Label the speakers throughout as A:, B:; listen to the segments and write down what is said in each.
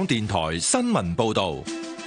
A: 港電台新聞報道。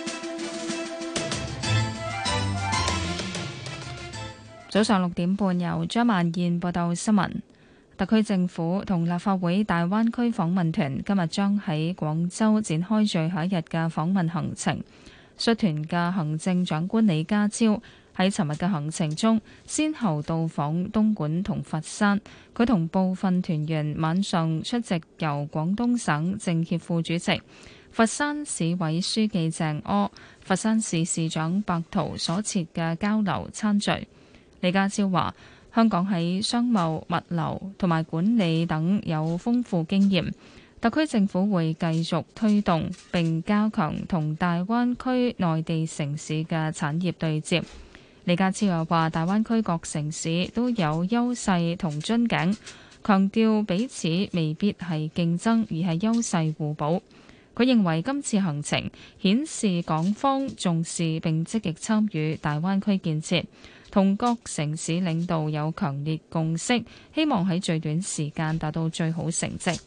B: 早上6點半，由張曼燕報道新聞。特區政府同立法會大灣區訪問團今日將喺廣州展開最後一日嘅訪問行程。率團嘅行政長官李家超喺尋日嘅行程中，先後到訪東莞同佛山。佢同部分團員晚上出席由廣東省政協副主席、佛山市委書記鄭柯、佛山市市長白濤所設嘅交流餐聚。李家超話：香港喺商貿、物流同埋管理等有豐富經驗，特區政府會繼續推動並加強同大灣區內地城市嘅產業對接。李家超又話：大灣區各城市都有優勢同樽頸，強調彼此未必係競爭，而係優勢互補。佢認為今次行程顯示港方重視並積極參與大灣區建設，同各城市領導有強烈共識，希望喺最短時間達到最好成績。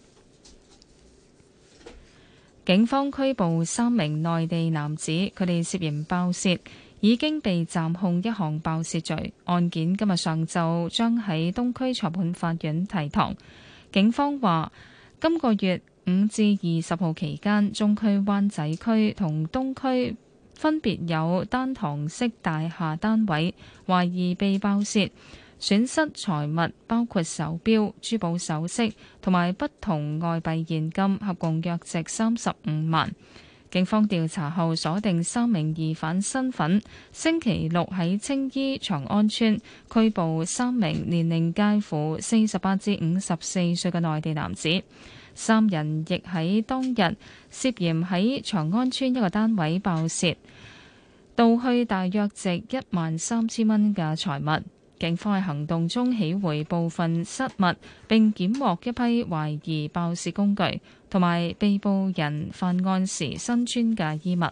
B: 警方拘捕3名內地男子，佢哋涉嫌爆竊，已經被暫控一項爆竊罪。案件今日上晝將喺東區裁判法院提堂。警方話，今個月5至20號期間，中區灣仔區同東區分別有單堂式大廈單位懷疑被爆竊，損失財物包括手錶、珠寶首飾同埋不同外幣現金，合共約值35萬。警方調查後鎖定3名疑犯身份，星期六喺青衣長安村拘捕3名年齡介乎48至54歲嘅內地男子。3人亦喺當日涉嫌喺長安村一個單位爆竊，盜去大約值13000蚊嘅財物。警方喺行動中起回部分失物，並檢獲一批懷疑爆竊工具，同埋被捕人犯案時身穿嘅衣物。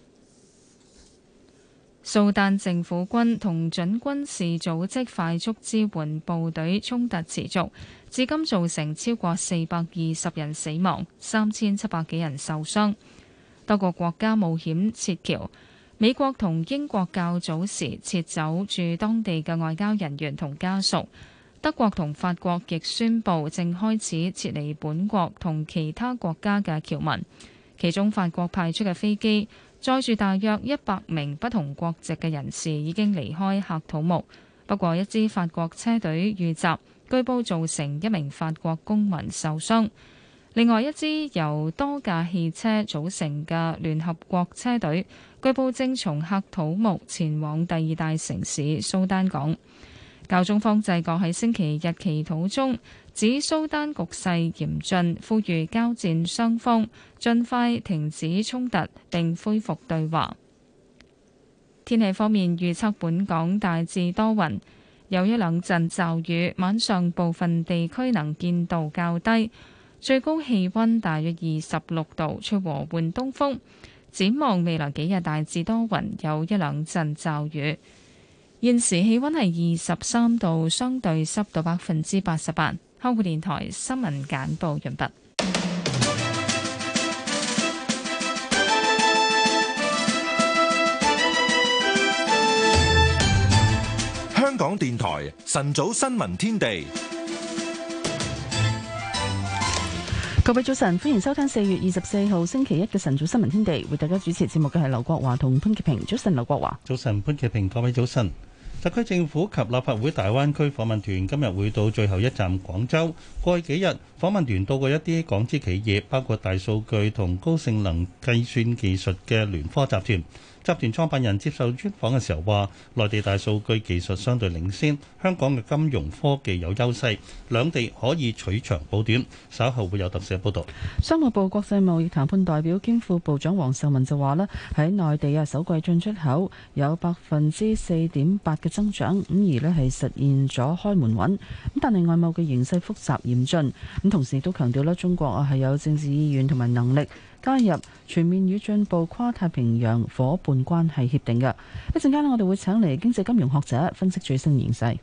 B: 蘇丹政府軍同準軍事組織快速支援部隊衝突持續，至今造成超過420人死亡，3700幾人受傷。多個國家冒險撤僑。美國同英國較早時撤走駐當地嘅外交人員同家屬，德國同法國亦宣布正開始撤離本國同其他國家嘅僑民。其中法國派出嘅飛機載住大約100名不同國籍嘅人士已經離開喀土穆，不過一支法國車隊遇襲，據報造成1名法國公民受傷。另外一支由多架汽車組成嘅聯合國車隊，據報正從喀土穆前往第2大城市蘇丹港。教宗方濟各喺星期日祈禱中指蘇丹局勢嚴峻，呼籲交戰雙方盡快停止衝突並恢復對話。天氣方面預測，本港大致多雲，有一兩陣驟雨，晚上部分地區能見度較低。最高氣溫大約26度，吹和緩東風。展望未來幾日大致多雲，有一兩陣驟雨。現時氣溫係23度，相對濕度88%。香港電台新聞簡報完畢。
A: 香港電台晨早新聞天地。
C: 各位早晨，歡迎收聽4月24號星期一嘅晨早新聞天地，為大家主持節目嘅係劉國華同潘潔平。早晨，劉國華。
D: 早晨，潘潔平。各位早晨。特區政府及立法會大灣區訪問團今日會到最後一站廣州。過去幾日，訪問團到過一啲港資企業，包括大數據同高性能計算技術嘅聯科集團。集團創辦人接受專訪嘅時候話，內地大數據技術相對領先，香港嘅金融科技有優勢，兩地可以取長補短。稍後會有特寫報導。
C: 商務部國際貿易談判代表兼副部長黃秀文就話咧，喺內地首季進出口有4.8%嘅增長，而咧係實現咗開門穩。但係外貿嘅形勢複雜嚴峻，同時亦都強調咧，中國係有政治意願同埋能力加入全面與進步跨太平洋伙伴關係協定嘅。一陣間我哋會請嚟經濟金融學者分析最新形勢。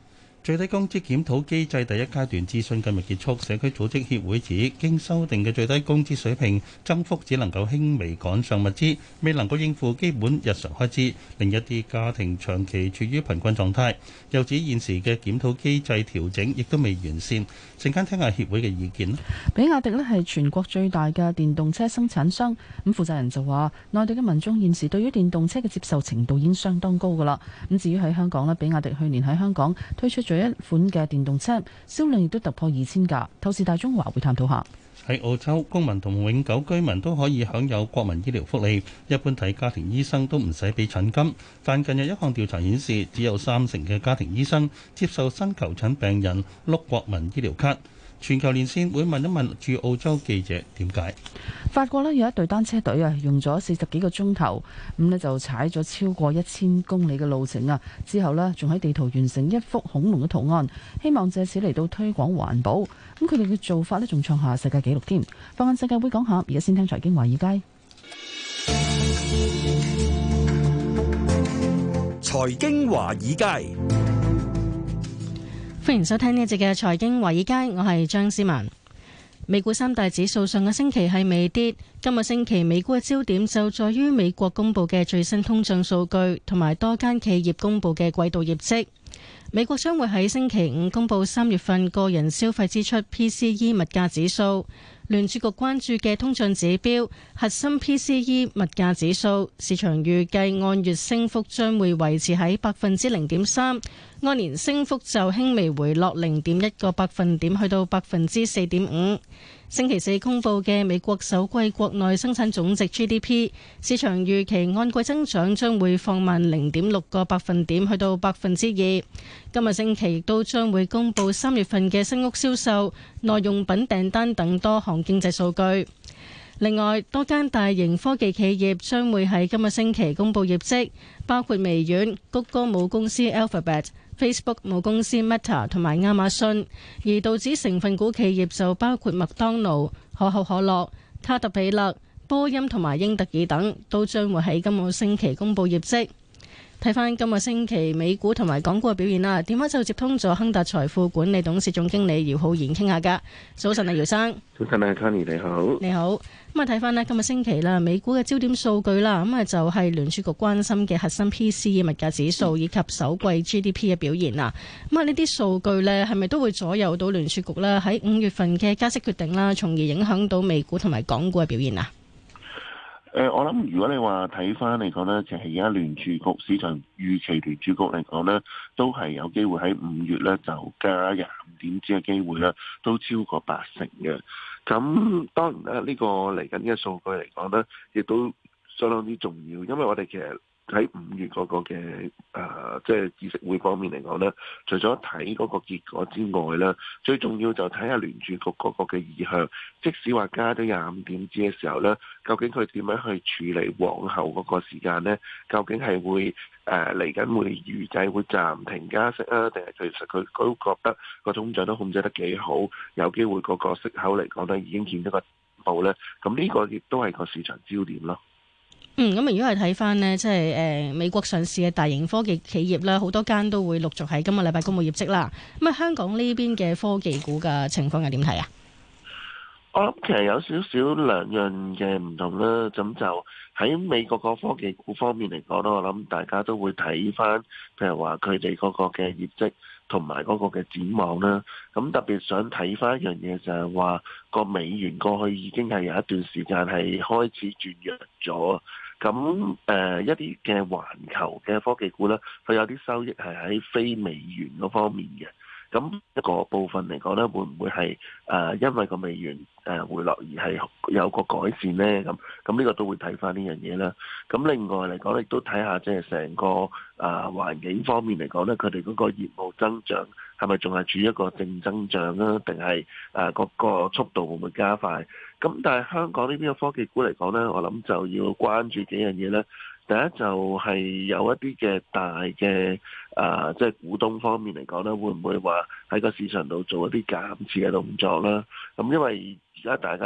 D: 最低工資檢討機制第一階段諮詢今日結束，社區組織協會指，經修訂嘅最低工資水平增幅只能夠輕微趕上物資，未能夠應付基本日常開支，令一啲家庭長期處於貧困狀態。又指現時嘅檢討機制調整亦都未完善。陣間聽下協會嘅意見。
C: 比亞迪呢係全國最大嘅電動車生產商，咁負責人就話，內地嘅民眾現時對於電動車嘅接受程度已經相當高㗎啦。咁至於喺香港呢，比亞迪去年喺香港推出咗一款嘅電動車，銷量亦都突破2000架。透視大中華會探討下。
D: 喺澳洲，公民同永久居民都可以享有國民醫療福利，一般睇家庭醫生都唔使俾診金。但近日一項調查顯示，只有30%嘅家庭醫生接受新求診病人碌國民醫療卡。全球連線會問一問駐澳洲記者點解。
C: 法國呢有一隊單車隊啊，用咗40幾個鐘頭，咁呢就踩咗超過1000公里嘅路程啊。之後呢，仲喺地圖完成一幅恐龍嘅圖案，希望借此嚟到推廣環保。咁佢哋嘅做法呢，仲創下世界紀錄添。放眼世界會講下，而家先聽財經華爾街。
E: 財經華爾街。
F: 歡迎收聽呢一節嘅財經華爾街，我係張思文。美股三大指數上個星期係微跌，今個星期美股嘅焦點就在於美國公布嘅最新通脹數據，同埋多間企業公布嘅季度業績。美國將會喺星期五公布3月份個人消費支出 PCE 物價指數。聯儲局關注嘅通脹指標核心 PCE 物價指數，市場預計按月升幅將會維持喺0.3%，按年升幅就輕微回落0.1個百分點，去到4.5%。星期四公布嘅美國首季國內生產總值 GDP， 市場預期按季增長將會放慢0.6個百分點，去到2%。今日星期亦都將會公布3月份嘅新屋銷售、耐用品訂單等多項經濟數據。另外，多間大型科技企業將會喺今個星期公布業績，包括微軟、谷歌母公司 Alphabet、Facebook 母公司 Meta 同埋亞馬遜。而道指成分股企業就包括麥當勞、可口可樂、卡特彼勒、波音同埋英特爾等，都將會喺今個星期公布業績。睇翻今個星期美股同埋港股嘅表現啦，電話就接通咗亨達財富管理董事總經理姚浩然傾下噶。早晨啊，姚生。
G: 早晨啊，Tony 你好。
F: 你好。咁啊，睇翻呢今個星期啦，美股嘅焦點數據啦，咁啊就係聯儲局關心嘅核心 PCE 物價指數以及首季 GDP 嘅表現啊。咁啊，呢啲數據呢係咪都會左右到聯儲局呢喺5月份嘅加息決定啦，從而影響到美股同埋港股嘅表現啊？
G: 我諗如果你話睇翻嚟講呢，其實而家聯儲局市場預期聯儲局嚟講呢，都係有機會喺5月呢就加25點子嘅機會呢，都超過80%嘅。咁當然啦，呢個嚟緊呢個數據嚟講呢，亦都相當之重要，因為我哋其實喺5月嗰個嘅即係議息會方面嚟講呢，除咗睇嗰個結果之外呢，最重要就睇下聯儲局嗰個嘅意向。即使話加咗25點子嘅時候呢，究竟佢點樣去處理往後嗰個時間呢？究竟係會嚟緊會預計會暫停加息啊，定係其實佢都覺得個通脹都控制得幾好，有機會嗰個息口嚟講呢已經見咗個步呢？咁呢個亦都係個市場焦點咯。
F: 咁如果係睇翻呢，即係美國上市嘅大型科技企業啦，好多間都會陸續喺今個禮拜公布業績啦。咁啊，香港呢邊嘅科技股嘅情況係點睇啊？
G: 我諗其實有少少兩樣嘅唔同啦。咁就喺美國個科技股方面嚟講咧，我諗大家都會睇翻，譬如話佢哋嗰個嘅業績同埋嗰個嘅展望啦。咁特別想睇翻一樣嘢就係話個美元過去已經係有一段時間係開始轉弱咗。咁一啲嘅環球嘅科技股咧，佢有啲收益係喺非美元嗰方面嘅。咁一個部分嚟講咧，會唔會係因為個美元回落而係有個改善咧？咁呢個都會睇翻呢樣嘢啦。咁另外嚟講，亦都睇下即係成個環境方面嚟講咧，佢哋嗰個業務增長係咪仲係處於一個正增長啊？定係嗰個速度會唔會加快？咁但係香港呢邊嘅科技股嚟講咧，我諗就要關注幾樣嘢咧。第一就係有一啲嘅大嘅即係股東方面嚟講咧，會唔會話喺個市場度做一啲減持嘅動作啦？咁因為而家大家都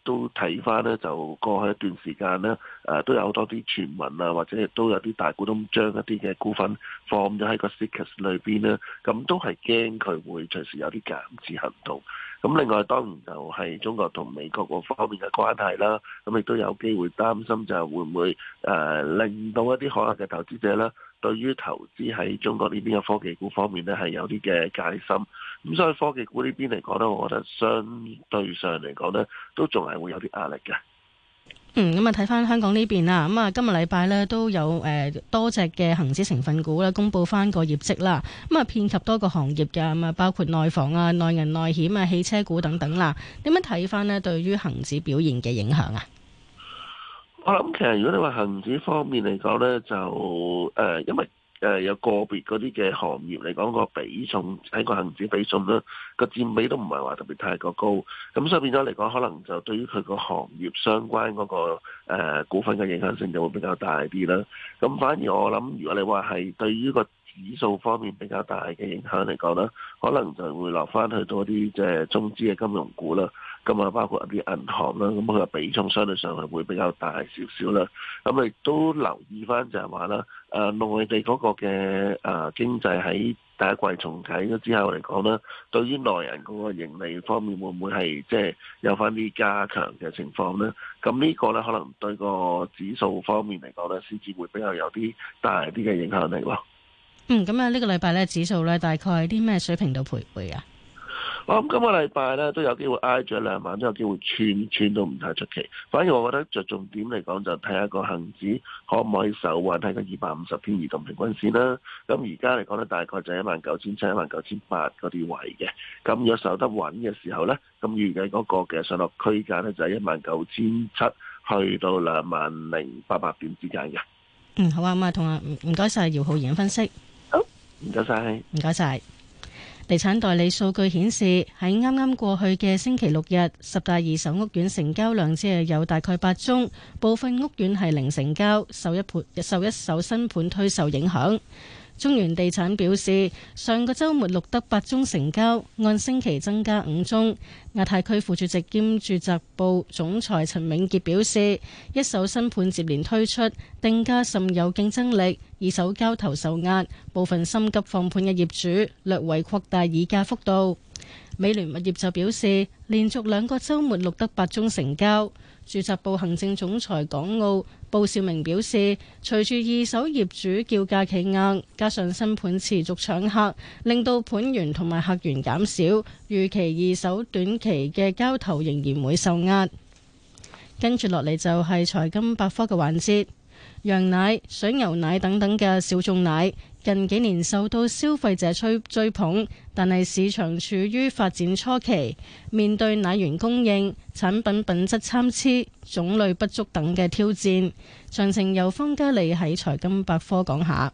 G: 都睇翻呢，就過去一段時間呢，都有好多啲傳聞啊，或者亦都有啲大股東將一啲嘅股份放咗喺個 CCASS 裏邊呢，咁都係驚佢會隨時有啲減持行動。咁另外當然就係中國同美國嗰方面嘅關係啦，咁亦都有機會擔心就係會唔會令到一啲海外嘅投資者啦，對於投資喺中國呢邊嘅科技股方面呢，係有啲嘅戒心。咁所以科技股呢邊嚟講呢，我覺得相對上嚟講呢，都仲係會有啲壓力嘅。
F: 咁啊睇翻香港呢邊啦，咁啊今日禮拜咧都有多隻嘅恒指成分股咧公布翻個業績啦，咁啊遍及多個行業嘅，咁啊包括內房啊、內銀內險啊、汽車股等等啦。點樣睇翻呢？對於恒指表現嘅影響啊？
G: 我諗其實如果你話恒指方面嚟講呢，就因為有個別嗰啲嘅行業嚟講個比重喺個恒指比重咧個佔比都唔係話特別太過高，咁所以變咗嚟講，可能就對於佢個行業相關嗰個股份嘅影響性就會比較大啲啦。咁反而我諗，如果你話係對於個指數方面比較大嘅影響嚟講咧，可能就會落翻去多啲即係中資嘅金融股啦。咁啊，包括一啲銀行啦，咁佢嘅比重相對上係會比較大少少啦。咁亦都留意翻就係話啦，內地嗰個嘅經濟喺第一季重啟咗之後嚟講咧，對於內人嗰個盈利方面會唔會係即係有翻啲加強嘅情況咧？咁呢個咧可能對個指數方面嚟講咧，先至會比較有啲大啲嘅影響力咯。
F: 咁啊，呢個禮拜咧指數咧大概係啲咩水平度徘徊啊？
G: 我諗今個禮拜咧都有機會挨住2萬，都有機會穿都唔太出奇。反而我覺得着重點嚟講，就睇下個恒指可唔可以守穩喺個250天移動平均線啦。咁而家嚟講咧，大概就19,700、19,800嗰啲位嘅。咁如果守得穩嘅時候咧，咁預計嗰個嘅上落區間咧就係19,700去到20,800點之間嘅。
F: 好啊，咁啊，同啊唔該晒姚浩然分析。
G: 好，唔該晒，
F: 唔該晒。地產代理數據顯示，喺啱啱過去嘅星期六日，10大二手屋苑成交量只係有大概8宗，部分屋苑係零成交，受一手新盤推售影響。中原地產表示，上個週末錄得8宗成交，按星期增加5宗。亞太區副主席兼住宅部總裁陳永傑表示，一手新盤接連推出，定價甚有競爭力，二手交投受壓，部分心急放盤嘅業主略為擴大議價幅度。美聯物業就表示，連續2個週末錄得8宗成交。住宅部行政總裁港澳布少明表示，隨住二手業主叫價企硬，加上新盤持續搶客，令到盤源同埋客源減少，預期二手短期嘅交投仍然會受壓。跟住落嚟就係財金百科嘅環節。羊奶、水牛奶等等嘅小眾奶近幾年受到消費者追捧，但係市場處於發展初期，面對奶源供應、產品品質參差、種類不足等嘅挑戰。詳情由方嘉利喺財金百科講下。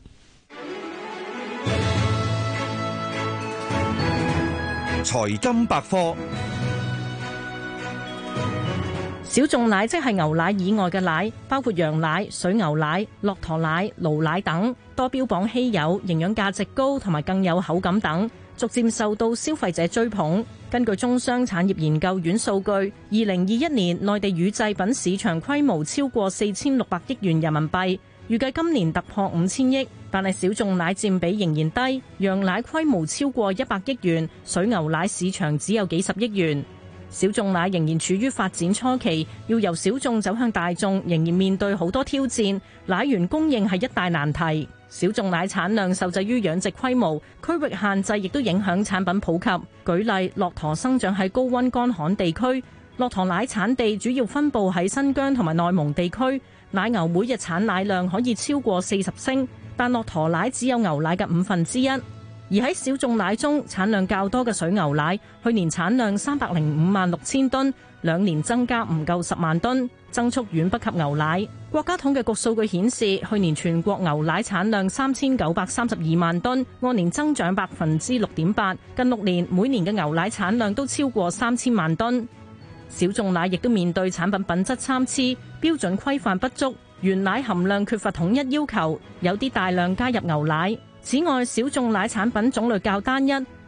E: 財金百科。
H: 小眾奶即係牛奶以外嘅奶，包括羊奶、水牛奶、駱駝奶、驢奶等，多標榜稀有、營養價值高同埋更有口感等，逐漸受到消費者追捧。根據中商產業研究院數據，2021年內地乳製品市場規模超過4600億元人民幣，預計今年突破5000億，但係小眾奶佔比仍然低，羊奶規模超過100億元，水牛奶市場只有幾十億元。小眾奶仍然處於發展初期，要由小眾走向大眾，仍然面對好多挑戰。奶源供應係一大難題。小眾奶產量受制於養殖規模、區域限制，亦都影響產品普及。舉例，駱駝生長喺高溫乾旱地區，駱駝奶產地主要分佈喺新疆同埋內蒙地區。奶牛每日產奶量可以超過40升，但駱駝奶只有牛奶嘅1/5。而喺小眾奶中，產量較多嘅水牛奶，去年產量3056000噸，2年增加唔夠10萬噸，增速遠不及牛奶。國家統計局數據顯示，去年全國牛奶產量3932萬噸，按年增長6.8%。近6年每年嘅牛奶產量都超過3000萬噸。小眾奶亦都面對產品品質參差、標準規範不足、原奶含量缺乏統一要求，有啲大量加入牛奶。此外，小眾奶產品種類較單一，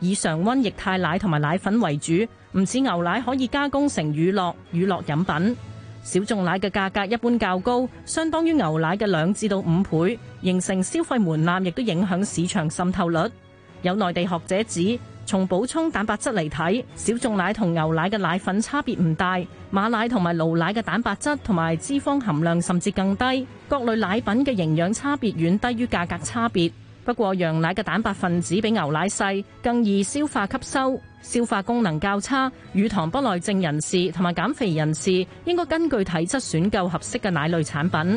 H: 以常溫液態奶同埋奶粉為主，唔似牛奶可以加工成乳酪飲品。小眾奶嘅價格一般較高，相當於牛奶嘅2至5倍，形成消費門檻，亦都影響市場滲透率。有內地學者指，從補充蛋白質嚟睇，小眾奶同牛奶嘅奶粉差別唔大，馬奶同埋驢奶嘅蛋白質同埋脂肪含量甚至更低，各類奶品嘅營養差別遠低於價格差別。不過羊奶嘅蛋白分子比牛奶細，更易消化吸收，消化功能較差，乳糖不耐症人士同埋減肥人士應該根據體質選購合適嘅奶類產品。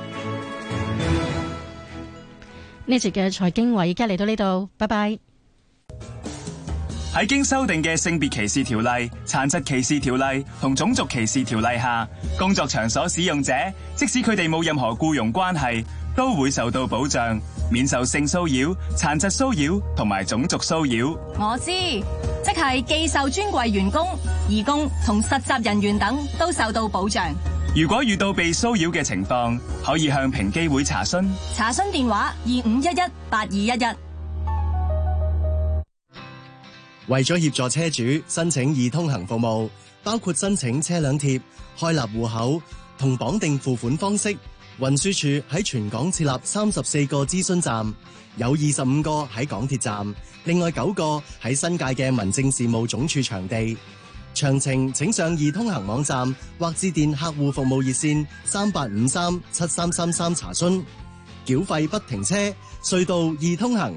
F: 呢節嘅財經話而家嚟到呢度，拜拜。
I: 喺經修訂嘅性別歧視條例、殘疾歧視條例同種族歧視條例下，工作場所使用者即使佢哋冇任何僱傭關係，都會受到保障，免受性騷擾、殘疾騷擾同埋種族騷擾。
J: 我知，即係寄售專櫃員工、義工同實習人員等都受到保障。
I: 如果遇到被騷擾嘅情況，可以向平機會查詢。
J: 查詢電話25118211。
K: 為咗協助車主申請易通行服務，包括申請車輛貼、開立戶口同綁定付款方式，運輸署喺全港設立34個諮詢站，有25個喺港鐵站，另外9個喺新界嘅民政事務總署場地。詳情請上易通行網站或致電客戶服務熱線38537333查詢。繳費不停車，隧道易通行。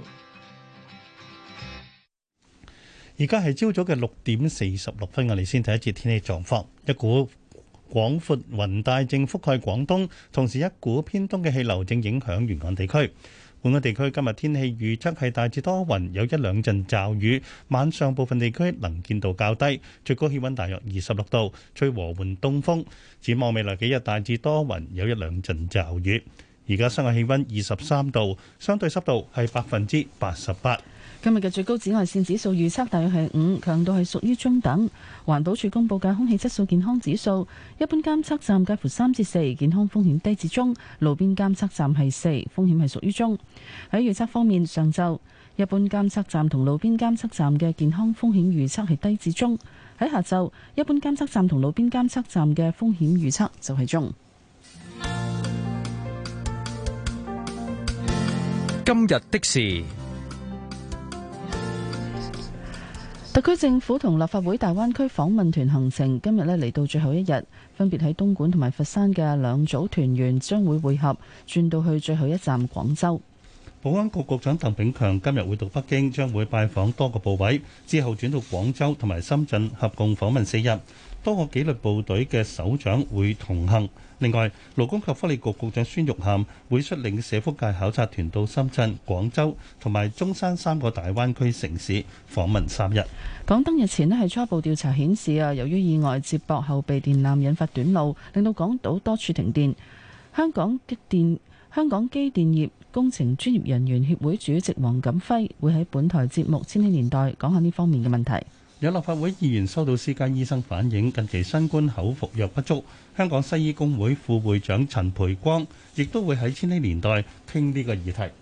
D: 而家係朝早嘅6:46，我哋先睇一節天氣狀況。一股廣闊雲帶正覆蓋廣東，同時一股偏東嘅氣流正影響沿岸地區。本港地區今日天氣預測係大致多雲，有1-2陣驟雨，晚上部分地區能見度較低，最高氣溫大約26度，吹和緩東風。展望未來幾日大致多雲，有1-2陣驟雨。而家室外氣溫23度，相對濕度係88%。
C: 今日嘅最高紫外線指數預測大約係5，強度係屬於中等。環保署公布嘅空氣質素健康指數，一般監測站介乎3至4，健康風險低至中；路邊監測站係4，風險係屬於中。喺預測方面，上晝一般監測站同路邊監測站嘅健康風險預測係低至中；喺下晝，一般監測站同路邊監測站嘅風險預測就係中。
E: 今日的事。
C: 特區政府同立法會大灣區訪問團行程今日嚟到最後一日，分別喺東莞同埋佛山嘅2組團員將會會合，轉到去最後一站廣州。
D: 保安局局長鄧炳強今日會到北京，將會拜訪多個部委，之後轉到廣州同埋深圳，合共訪問4日。多個紀律部隊嘅首長會同行。另外，勞工及福利局局長孫玉菡會率領社福界考察團到深圳、廣州同埋中山3個大灣區城市訪問3日。
C: 港燈日前係初步調查顯示由於意外接駁後備電纜引發短路，令到港島多處停電。香港機電業工程專業人員協會主席黃錦輝會喺本台節目《千禧年代》講下呢方面嘅問題。
D: 有立法會議員收到私家醫生反映，近期新冠口服藥不足。香港西醫工會副會長陳培光亦都會喺千禧年代傾呢個議題。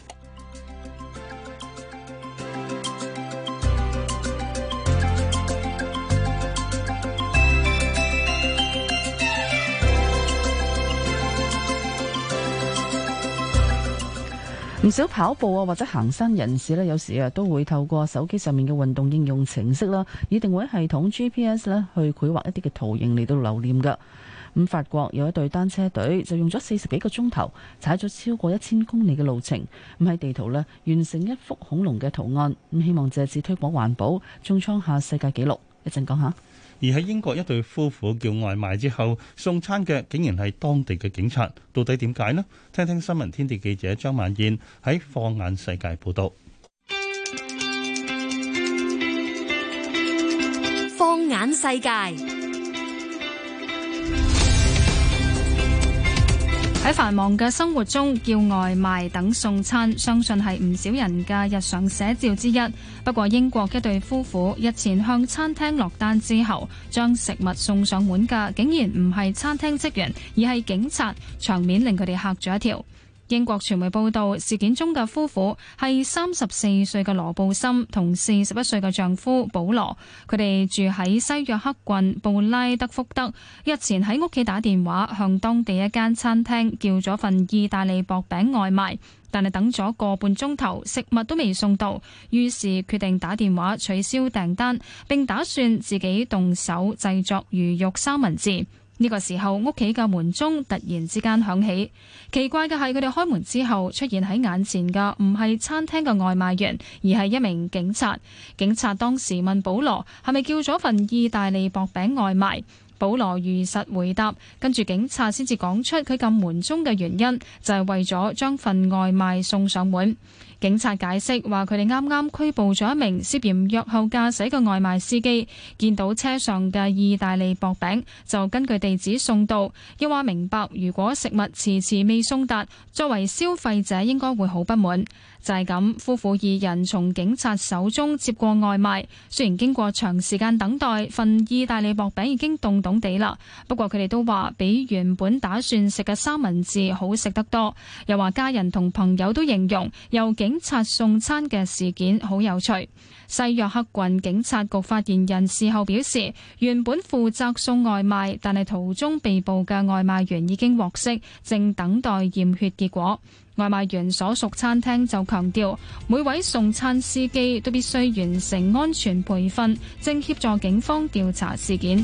C: 唔少跑步或者行山人士有時都會透過手機上面嘅運動應用程式以定位系統 GPS 去繪畫一啲嘅圖形嚟到留念㗎。咁法國有一隊單車隊就用咗40幾個鐘頭，踩咗超過1000公里嘅路程，咁喺地圖完成一幅恐龍嘅圖案，咁希望借此推廣環保，仲創下世界紀錄。一陣講下。
D: 而喺英國，一對夫婦叫外賣之後送餐嘅竟然係當地嘅警察，到底點解呢？聽聽新聞天地記者張萬燕喺放眼世界報道。
L: 放眼世界。
B: 喺繁忙嘅生活中，叫外賣等送餐，相信係唔少人嘅日常寫照之一。不過，英國一對夫婦日前向餐廳落單之後，將食物送上門嘅竟然唔係餐廳職員，而係警察，場面令佢哋嚇咗一跳。 英國傳媒報道，事件中嘅夫婦係34歲嘅羅布森同41歲嘅丈夫保羅，佢哋住喺西約克郡布拉德福德。日前喺屋企打電話向當地一間餐廳叫咗份意大利薄餅外賣，但係等咗個半鐘頭，食物都未送到，於是決定打電話取消訂單，並打算自己動手製作魚肉三文治。呢個時候，屋企嘅門鐘突然之間響起。奇怪嘅係，佢哋開門之後出現喺眼前嘅唔係餐廳嘅外賣員，而係一名警察。警察當時問保羅係咪叫咗份意大利薄餅外賣，保羅如實回答，跟住警察先至講出佢撳門鐘嘅原因，就係為咗將份外賣送上門。警察解釋話，佢哋啱啱拘捕咗一名涉嫌藥後駕駛嘅外賣司機，見到車上嘅意大利薄餅就根據地址送到，又話明白如果食物遲遲未送達，作為消費者應該會好不滿。就係咁，夫婦二人從警察手中接過外賣，雖然經過長時間等待，份意大利薄餅已經凍凍地啦，不過佢哋都話比原本打算食嘅三文治好食得多，又話家人同朋友都形容由警察送餐嘅事件好有趣。西約克郡警察局發言人事後表示，原本負責送外賣，但係途中被捕嘅外賣員已經獲釋，正等待驗血結果。外賣員所屬餐廳就強調，每位送餐司機都必須完成安全培訓，正協助警方調查事件。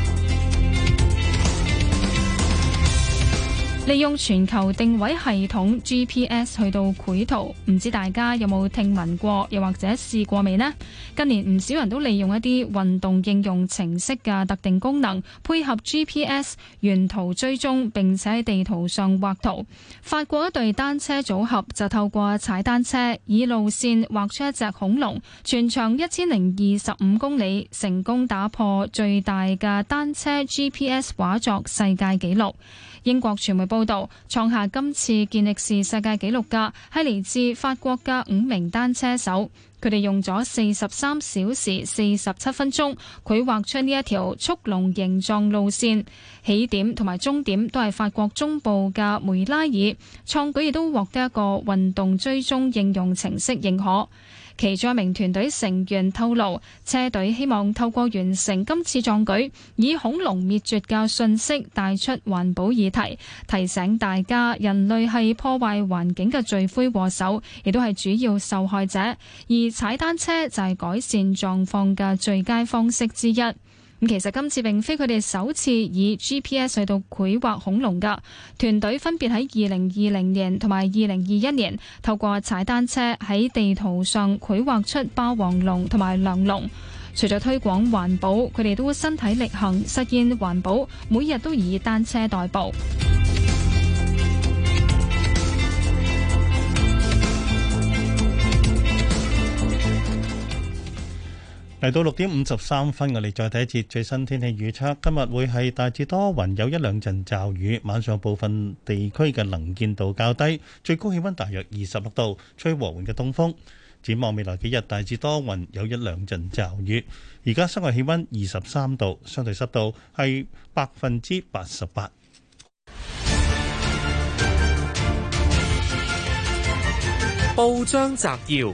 B: 利用全球定位系統 GPS 去到繪圖，唔知大家有冇聽聞過，又或者試過未呢？近年唔少人都利用一啲運動應用程式嘅特定功能，配合 GPS 沿途追蹤，並且喺地圖上畫圖。法國一隊單車組合就透過踩單車，以路線畫出一隻恐龍，全長1025公里，成功打破最大嘅單車 GPS 畫作世界紀錄。英國傳媒報道，創下今次健力士世界紀錄嘅係嚟自法國嘅5名單車手，佢哋用咗43小時47分鐘繪畫出呢一條速龍形狀路線，起點同埋終點都係法國中部嘅梅拉爾，創舉亦都獲得一個運動追蹤應用程式認可。其中一名團隊成員透露，車隊希望透過完成今次壯舉，以恐龍滅絕嘅訊息帶出環保議題，提醒大家人類係破壞環境嘅罪魁禍首，亦都係主要受害者，而踩單車就係改善狀況嘅最佳方式之一。其實今次並非佢哋首次以 GPS 去到繪畫恐龍㗎，團隊分別喺2020年同埋2021年透過踩單車喺地圖上繪畫出霸王龍同埋梁龍。除咗推廣環保，佢哋都身體力行實現環保，每日都以單車代步。
D: 嚟到6點53分，我哋再睇一節最新天氣預測。今日會係大致多雲，有一兩陣驟雨，晚上部分地區嘅能見度較低，最高氣溫大約26度，吹和緩嘅東風。展望未來幾日，大致多雲，有一兩陣驟雨。而家室外氣溫23度，相對濕度係88%。
E: 報章摘要。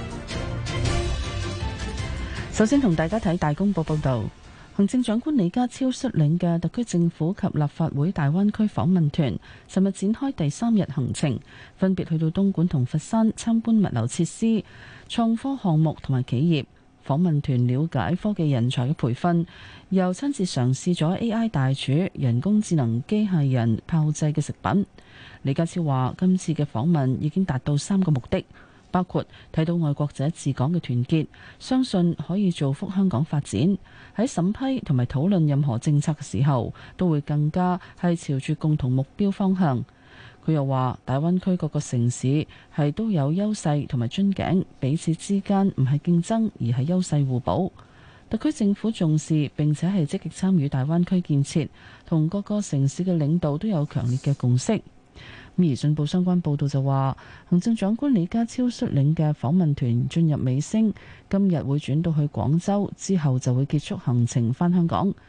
C: 首先同大家睇大公報報導，行政長官李家超率領嘅特區政府及立法會大灣區訪問團，尋日展開第3日行程，分別去到東莞同佛山參觀物流設施、創科項目同埋企業。訪問團了解科技人才嘅培訓，又親自嘗試咗 AI 大廚、人工智能機械人炮製嘅食品。李家超話：今次嘅訪問已經達到3個目的。包括睇到愛國者治港嘅團結，相信可以造福香港發展。喺審批同埋討論任何政策嘅時候，都會更加係朝住共同目標方向。佢又話，大灣區各個城市係都有優勢同埋樽頸，彼此之間唔係競爭，而係優勢互補。特區政府重視並且係積極參與大灣區建設，同各個城市嘅領導都有強烈嘅共識。而信報相關報導就話，行政長官李家超率領嘅訪問團進入尾聲，今日會轉到去廣州，之後就會結束行程返香港。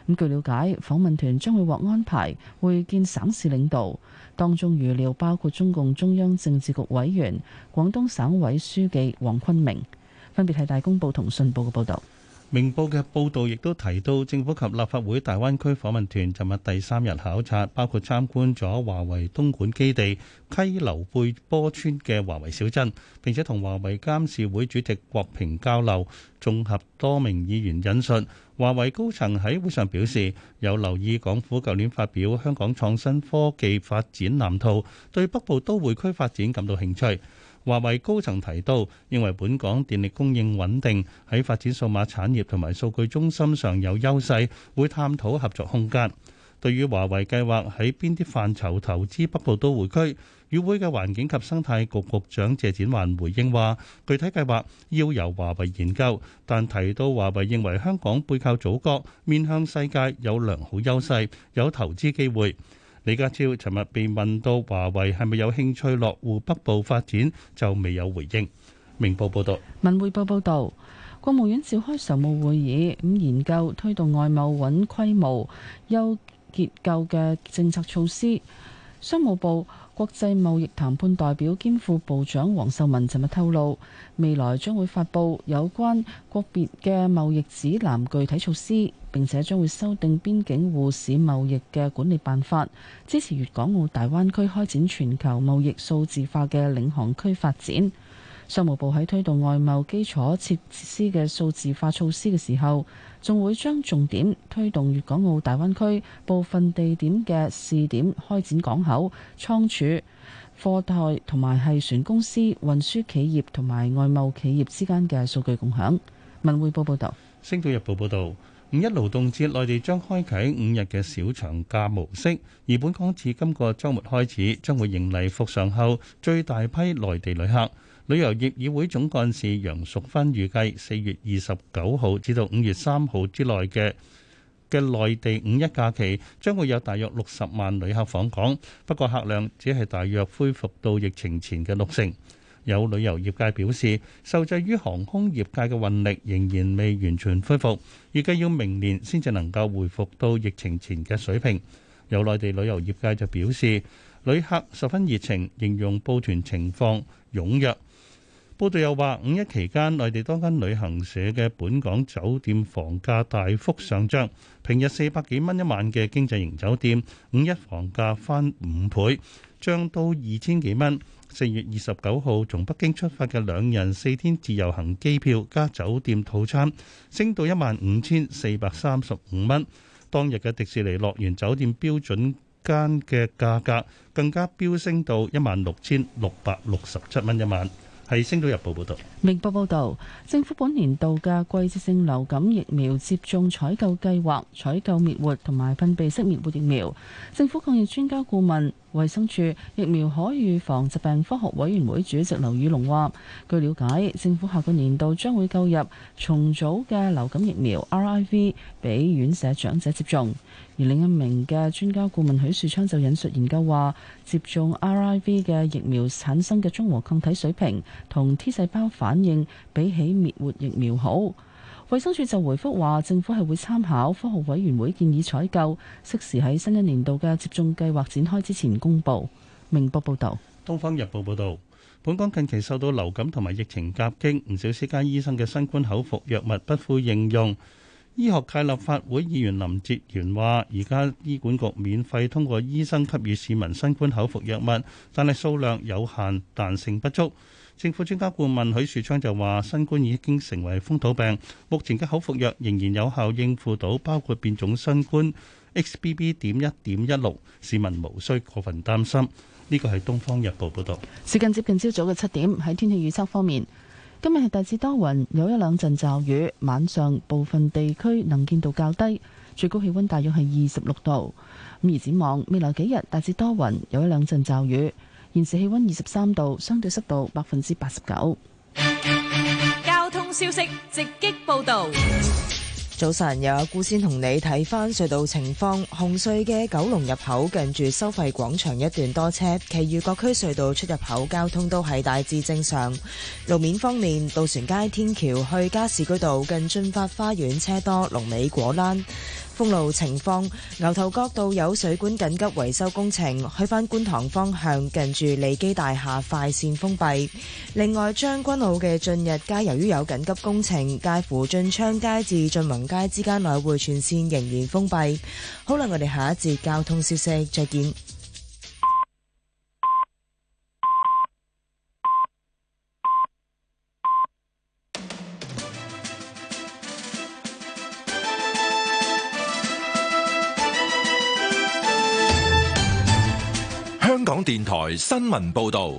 C: 據了解，訪問團將會獲安排會見省市領導，當中預料包括中共中央政治局委員、廣東省委書記黃坤明。分別係大公報同信報嘅報導。
D: 明報嘅報導亦都提到，政府及立法會大灣區訪問團尋日第3日考察，包括參觀咗華為東莞基地溪流貝坡村嘅華為小鎮，並且同華為監事會主席郭平交流。綜合多名議員引述，華為高層喺會上表示，有留意港府舊年發表香港創新科技發展藍圖，對北部都會區發展感到興趣。華為高層提到，認為本港電力供應穩定，喺發展數碼產業同埋數據中心上有優勢，會探討合作空間。對於華為計劃喺邊啲範疇投資北部都會區，與會嘅環境及生態局局長謝展寰回應話，具體計劃要由華為研究，但提到華為認為香港背靠祖國，面向世界有良好優勢，有投資機會。李家超尋日被問到華為係咪有興趣落戶北部發展，就未有回應。明報報道。
C: 文匯報報道，國務院召開常務會議，研究推動外貿穩規模、優結構嘅政策措施。商務部國際貿易談判代表兼副部長黃秀文尋日透露，未來將會發布有關國別嘅貿易指南具體措施，並且將會修訂邊境互市貿易嘅管理辦法，支持粵港澳大灣區開展全球貿易數字化嘅領航區發展。商務部喺推動外貿基礎設施嘅數字化措施嘅時候，仲會將重點推動粵港澳大灣區部分地點嘅試點開展港口、倉儲、貨代同埋係船公司、運輸企業同埋外貿企業之間嘅數據共享。文匯報報道。
D: 星島日報報道，五一勞動節內地將開啓5日嘅小長假模式，而本港自今個週末開始將會迎嚟復常後最大批內地旅客。旅遊業議會總幹事楊淑芬預計4月29號至到5月3號之內嘅內地五一假期將會有大約60萬旅客訪港，不過客量只係大約恢復到疫情前嘅60%。有旅遊業界表示，受制於航空業界嘅運力仍然未完全恢復，預計要明年先至能夠恢復到疫情前嘅水平。有內地旅遊業界就表示，旅客十分熱情，形容報團情況踴躍。報道又話，五一期間內地多間旅行社嘅本港酒店房價大幅上漲，平日400幾蚊一晚嘅經濟型酒店，五一房價翻5倍，漲到2000幾蚊。4月29號從北京出發嘅2人4天自由行機票加酒店套餐，升到15,435蚊。當日嘅迪士尼樂園酒店標準間嘅價格更加飆升到16,667蚊一晚。係《星島日報》報道。
C: 明報報道，政府本年度嘅季節性流感疫苗接種採購計劃，採購滅活同埋噴鼻式滅活疫苗。政府抗疫專家顧問、衛生署疫苗可預防疾病科學委員會主席劉宇龍話，據了解，政府下個年度將會購入重組嘅流感疫苗 RIV 俾院舍長者接種。而另一名嘅專家顧問許樹昌就引述研究話，接種 RIV 嘅疫苗產生嘅中和抗體水平同 T 細胞反應比起滅活疫苗好。衛生署就回覆話，政府係會參考科學委員會建議採購，適時喺新一年度嘅接種計劃展開之前公佈。明報報道。
D: 東方日報報道，本港近期受到流感同埋疫情夾擊，唔少私家醫生嘅新冠口服藥物不敷應用。醫學界立法會議員林哲玄話，而家醫管局免費通過醫生給予市民新冠口服藥物，但係數量有限，彈性不足。政府專家顧問許樹昌就話，新冠已經成為風土病，目前嘅口服藥仍然有效應付到包括變種新冠 XBB.1.16， 市民無需過分擔心。呢個係《東方日報》報導。
C: 時間接近朝早嘅7點，喺天氣預測方面，今日係大致多雲，有一兩陣驟雨，晚上部分地區能見度較低，最高氣溫大約係26度。咁而展望未來幾日，大致多雲，有一兩陣驟雨。現時氣溫23度，相對濕度89%。
L: 交通消息直擊報道。
M: 早晨，有阿顧先同你睇翻隧道情況。紅隧嘅九龍入口近住收費廣場一段多車，其餘各區隧道出入口交通都係大致正常。路面方面，渡船街天橋去加士居道近駿發花園車多，龍尾果欄。 封路情況，牛頭角道有水管緊急維修工程，去返觀塘方向近住利基大廈快線封閉。另外，將軍澳嘅進日街由於有緊急工程，介乎進昌街至進宏街之間來回全線仍然封閉。好啦，我哋下一節交通消息再見。
A: 香港電台新聞報道。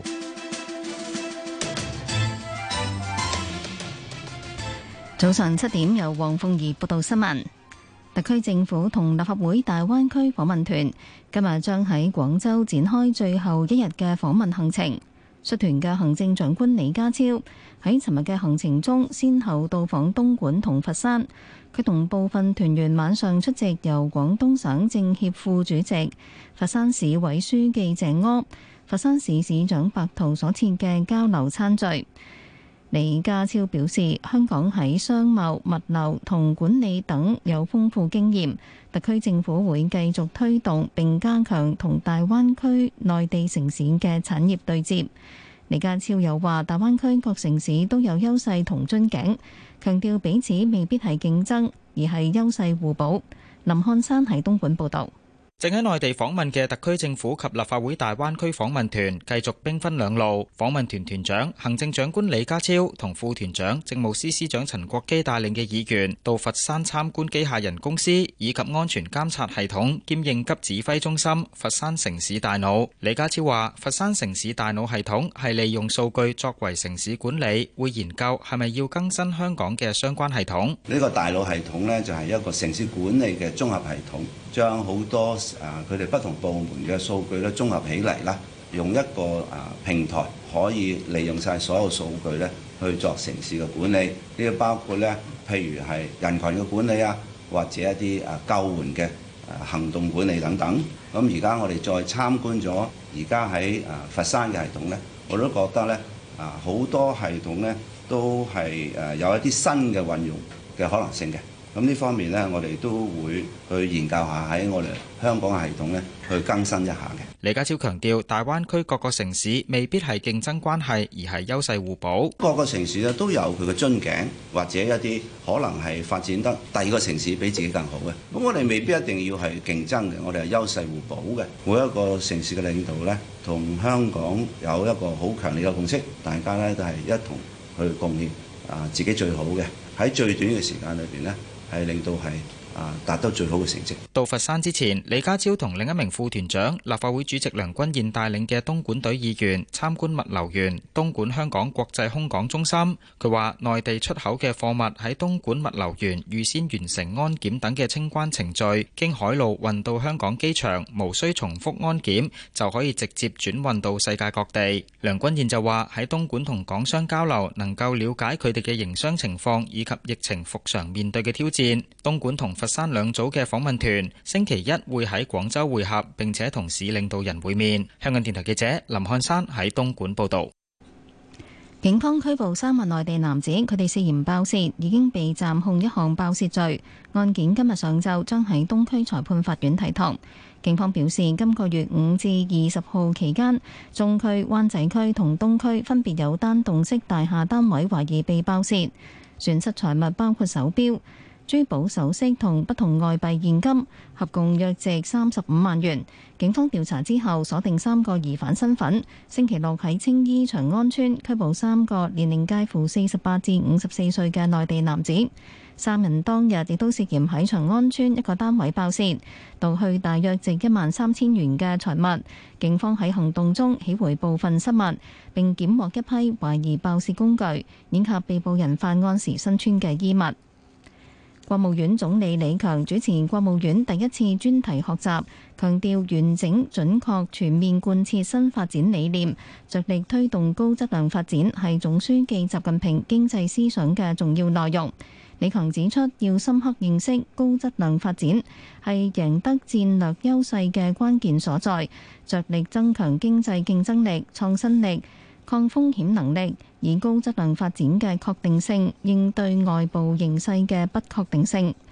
B: 早上7點，由黃鳳儀報道新聞。特區政府同立法會大灣區訪問團今日將喺廣州展開最後一日嘅訪問行程。率團嘅行政長官李家超喺尋日嘅行程中，先後到訪東莞同佛山。佢同部分團員晚上出席由廣東省政協副主席、佛山市委書記鄭柯、佛山市市長白濤所設嘅交流餐聚。李家超表示，香港喺商貿、物流同管理等有豐富經驗，特區政府會繼續推動並加強同大灣區內地城市嘅產業對接。李家超又話，大灣區各城市都有優勢同樽頸，強調彼此未必係競爭，而係優勢互補。林漢山喺東莞報導。
N: 正喺內地訪問嘅特區政府及立法會大灣區訪問團繼續兵分兩路，訪問團團長行政長官李家超同副團長政務司司長陳國基帶領嘅議員到佛山參觀機械人公司以及安全監察系統兼應急指揮中心佛山城市大腦。李家超話，佛山城市大腦系統係利用數據作為城市管理，會研究係咪要更新香港嘅相關系統。
O: 呢個大腦系統呢，就係一個城市管理嘅綜合系統，將好多佢哋不同部門嘅數據咧綜合起嚟啦，用一個平台可以利用晒所有數據咧去作城市嘅管理。呢個包括咧，譬如係人群嘅管理啊，或者一啲救援嘅行動管理等等。咁而家我哋再參觀咗而家喺佛山嘅系統咧，我都覺得咧好多系統咧都係有一啲新嘅運用嘅可能性嘅。咁呢方面呢，我哋都會去研究下喺我哋香港嘅系統呢去更新一下嘅。
N: 李家超強調，大灣區各個城市未必係競爭關係，而係優勢互補。
O: 各個城市呢都有佢嘅樽頸，或者一啲可能係發展得第二個城市比自己更好嘅。咁我哋未必一定要係競爭嘅，我哋係優勢互補嘅。每一個城市嘅領導呢，同香港有一個好強烈嘅共識，大家呢都係一同去貢獻自己最好嘅，喺最短嘅時間裏邊呢，係令到係達到最好嘅成績。
N: 到佛山之前，李家超同另一名副團長、立法會主席梁君彥帶領嘅東莞隊議員參觀物流園東莞香港國際空港中心。佢話，內地出口嘅貨物喺東莞物流園預先完成安檢等嘅清關程序，經海路運到香港機場，無需重複安檢，就可以直接轉運到世界各地。梁君彥就話，喺東莞同港商交流，能夠了解佢哋嘅營商情況以及疫情復常面對嘅挑戰。東莞同佛山兩組嘅訪問團星期一會喺廣州會合，並且同市領導人會面。香港電台記者林漢山喺東莞報道。
B: 警方拘捕3名內地男子，佢哋涉嫌爆竊，已經被暫控一項爆竊罪。案件今日上晝將喺東區裁判法院提堂。警方表示，今個月5至20號期間，中區、灣仔區同東區分別有單棟式大廈單位懷疑被爆竊，損失財物包括手錶、珠寶首飾同不同外幣現金，合共約值35萬元。警方調查之後鎖定3個疑犯身份，星期六喺青衣長安村拘捕3個年齡介乎48至54歲嘅內地男子。3人當日亦都涉嫌喺長安村一個單位爆竊，盜去大約值13000元嘅財物。警方喺行動中起回部分失物，並檢獲一批懷疑爆竊工具，以及被捕人犯案時身穿嘅衣物。國務院總理李強主持國務院第一次專題學習，強調完整、準確、全面貫徹新發展理念，着力推動高質量發展，係總書記習近平經濟思想嘅重要內容。李強指出，要深刻認識高質量發展係贏得戰略優勢嘅關鍵所在，着力增強經濟競爭力、創新力、抗風險能力，以高質量發展嘅確定性應對外部形勢嘅不確定性。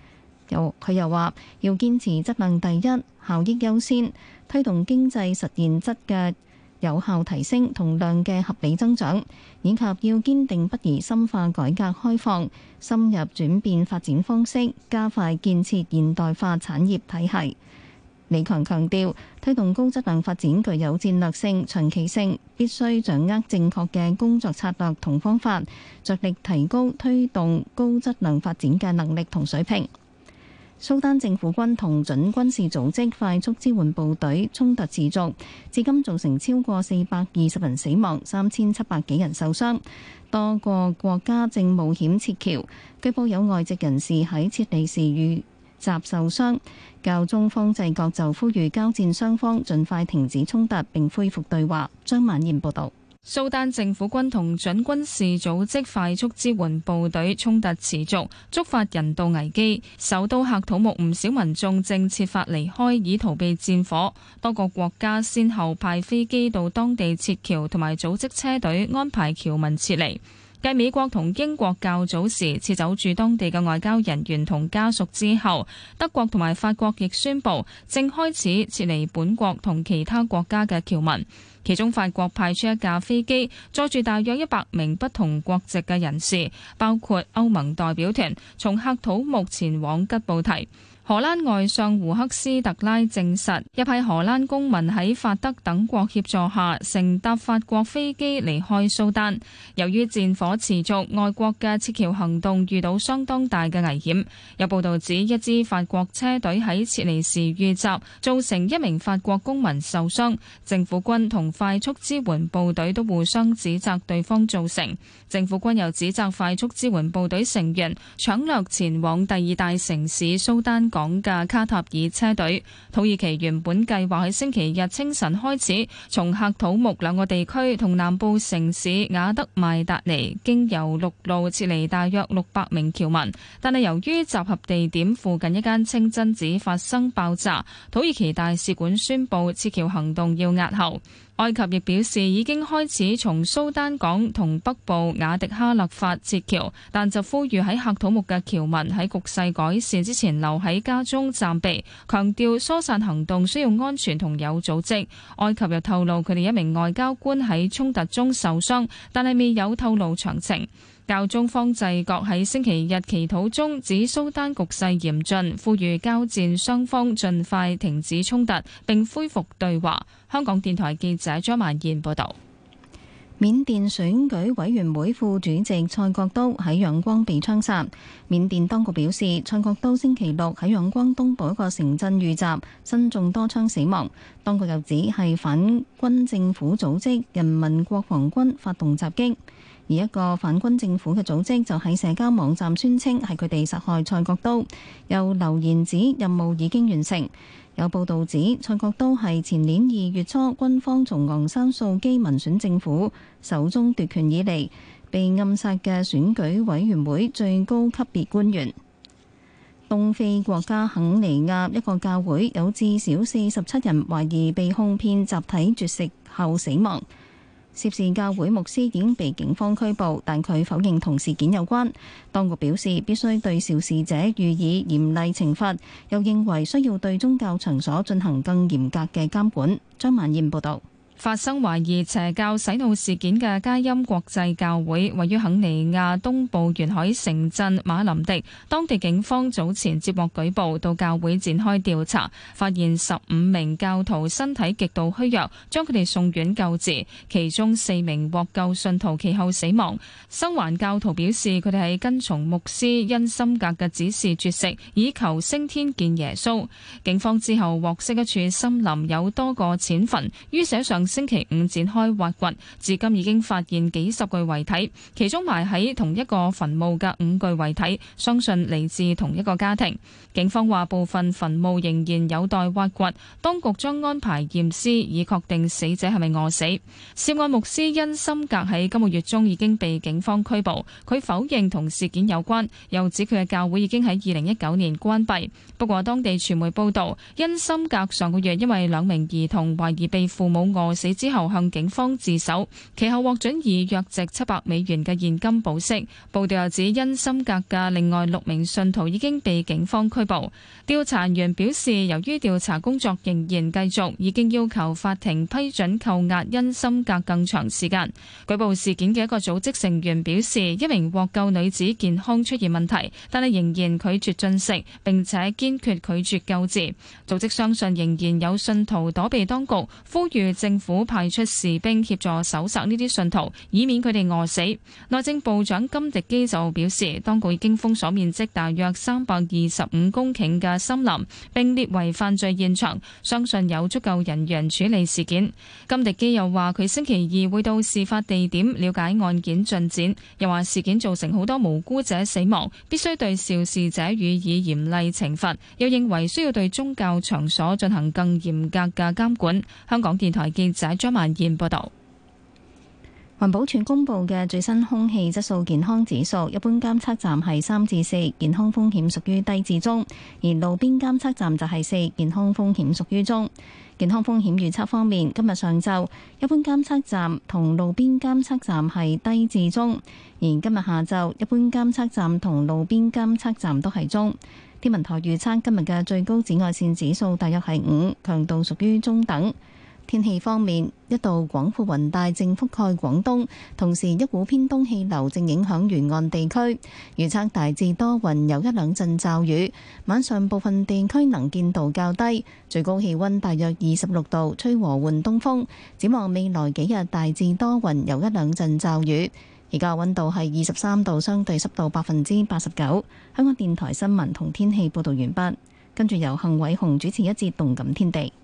P: 佢又話要堅持質量第一、效益優先，推動經濟實現質嘅有效提升同量嘅合理增長，以及要堅定不移深化改革開放，深入轉變發展方式，加快建設現代化產業體系。李強強調，推動高質量發展具有戰略性、長期性，必須掌握正確嘅工作策略同方法，着力提高推動高質量發展嘅能力同水平。蘇丹政府軍同準軍事組織快速支援部隊衝突持續，至今造成超過420人死亡、3700幾人受傷，多個國家正冒險撤僑。據報有外籍人士喺撤離時遇襲受傷。教宗方濟各就呼籲交戰雙方盡快停止衝突並恢復對話。張曼燕報導。
B: 蘇丹政府軍同準軍事組織快速支援部隊衝突持續，觸發人道危機。首都喀土穆唔少民眾正設法離開，以逃避戰火。多個國家先後派飛機到當地撤僑，同埋組織車隊安排僑民撤離。繼美國同英國較早時撤走駐當地嘅外交人員同家屬之後，德國同埋法國亦宣布正開始撤離本國同其他國家嘅僑民。其中法國派出一架飛機，載住大約100名不同國籍嘅人士，包括歐盟代表團，從喀土穆前往吉布提。荷蘭外相胡克斯特拉證實，一批荷蘭公民喺法德等國協助下乘搭法國飛機離開蘇丹。由於戰火持續，外國嘅撤僑行動遇到相當大嘅危險。有報道指，一支法國車隊喺撤離時遇襲，造成1名法國公民受傷。政府軍同快速支援部隊都互相指責對方造成。政府軍又指責快速支援部隊成員搶掠前往第2大城市蘇丹港嘅卡塔爾車隊。土耳其原本計劃喺星期日清晨開始，從喀土穆2個地區同南部城市雅德邁達尼經由陸路撤離大約600名僑民，但係由於集合地點附近一間清真寺發生爆炸，土耳其大使館宣布撤僑行動要押後。埃及亦表示已經開始從蘇丹港同北部雅迪哈勒法撤僑，但就呼籲喺喀土穆嘅僑民喺局勢改善之前留喺家中暫避，強調疏散行動需要安全同有組織。埃及又透露佢哋一名外交官喺衝突中受傷，但係未有透露詳情。教宗方濟各喺星期日祈禱中指蘇丹局勢嚴峻，呼籲交戰雙方盡快停止衝突並恢復對話。香港電台記者張曼燕報導。
P: 緬甸選舉委員會副主席蔡國都喺仰光被槍殺。緬甸當局表示，蔡國都星期六喺仰光東部一個城鎮遇襲，身中多槍死亡。當局又指係反軍政府組織人民國防軍發動襲擊。而一個反軍政府嘅組織就喺社交網站宣稱係佢哋殺害蔡國都，又留言指任務已經完成。有報道指蔡國都係前年2月初軍方從昂山素基民選政府手中奪權以嚟被暗殺嘅選舉委員會最高級別官員。東非國家肯尼亞一個教會有至少47人懷疑被控騙集體絕食後死亡。涉事教會牧師已經被警方拘捕，但佢否認同事件有關。當局表示必須對肇事者予以嚴厲懲罰，又認為需要對宗教場所進行更嚴格嘅監管。張曼燕報導。
B: 發生懷疑邪教洗腦事件嘅佳音國際教會位於肯尼亞東部沿海城鎮馬林迪，當地警方早前接獲舉報，到教會展開調查，發現15名教徒身體極度虛弱，將佢哋送院救治，其中4名獲救信徒其後死亡。生還教徒表示，佢哋係跟從牧師因森格嘅指示絕食，以求升天見耶穌。警方之後獲悉一處森林有多個淺墳，於是上星期5展開挖掘，至今已經發現幾十具遺體，其中埋喺同一個墳墓嘅5具遺體，相信嚟自同一個家庭。警方話部分墳墓仍然有待挖掘，當局將安排驗屍以確定死者係咪餓死。涉案牧師因森格喺今個月中已經被警方拘捕，佢否認同事件有關，又指佢嘅教會已經喺2019年關閉。不過當地傳媒報道，因森格上個月因為2名兒童懷疑被父母餓死之後向警方自首，其後獲准以約值$700嘅現金保釋。報道又指因心格嘅另外6名信徒已經被警方拘捕。調查員表示，由於調查工作仍然繼續，已經要求法庭批准扣押因心格更長時間。舉報事件嘅一個組織成員表示，一名獲救女子健康出現問題，但係仍然拒絕進食，並且堅決拒絕救治。組織相信仍然有信徒躲避當局，呼籲政府派出士兵協助搜索呢啲信徒，以免佢哋餓死。內政部長金迪基就表示，當局已經封鎖面積大約325公頃嘅森林，並列為犯罪現場，相信有足夠人員處理事件。金迪基又話，佢星期二會到事發地點了解案件進展，又話事件造成好多無辜者死亡，必須對肇事者予以嚴厲懲罰，又認為需要對宗教場所進行更嚴格嘅監管。香港電台記者張曼燕報道。
P: 環保署公布嘅最新空氣質素健康指數，一般監測站係3至4，健康風險屬於低至中；而路邊監測站就係4，健康風險屬於中。健康風險預測方面，今日上晝一般監測站同路邊監測站係低至中，而今日下晝一般監測站同路邊監測站都係中。天文台預測今日嘅最高紫外線指數大約係5，強度屬於中等。天氣方面，一道廣闊雲帶正覆蓋廣東，同時一股偏東氣流正影響沿岸地區。預測大致多雲，有一兩陣驟雨。晚上部分地區能見度較低，最高氣溫大約26度，吹和緩東風。展望未來幾日，大致多雲，有一兩陣驟雨。而家溫度係23度，相對濕度89%。香港電台新聞同天氣報導完畢，跟住由幸偉雄主持一節動感天地。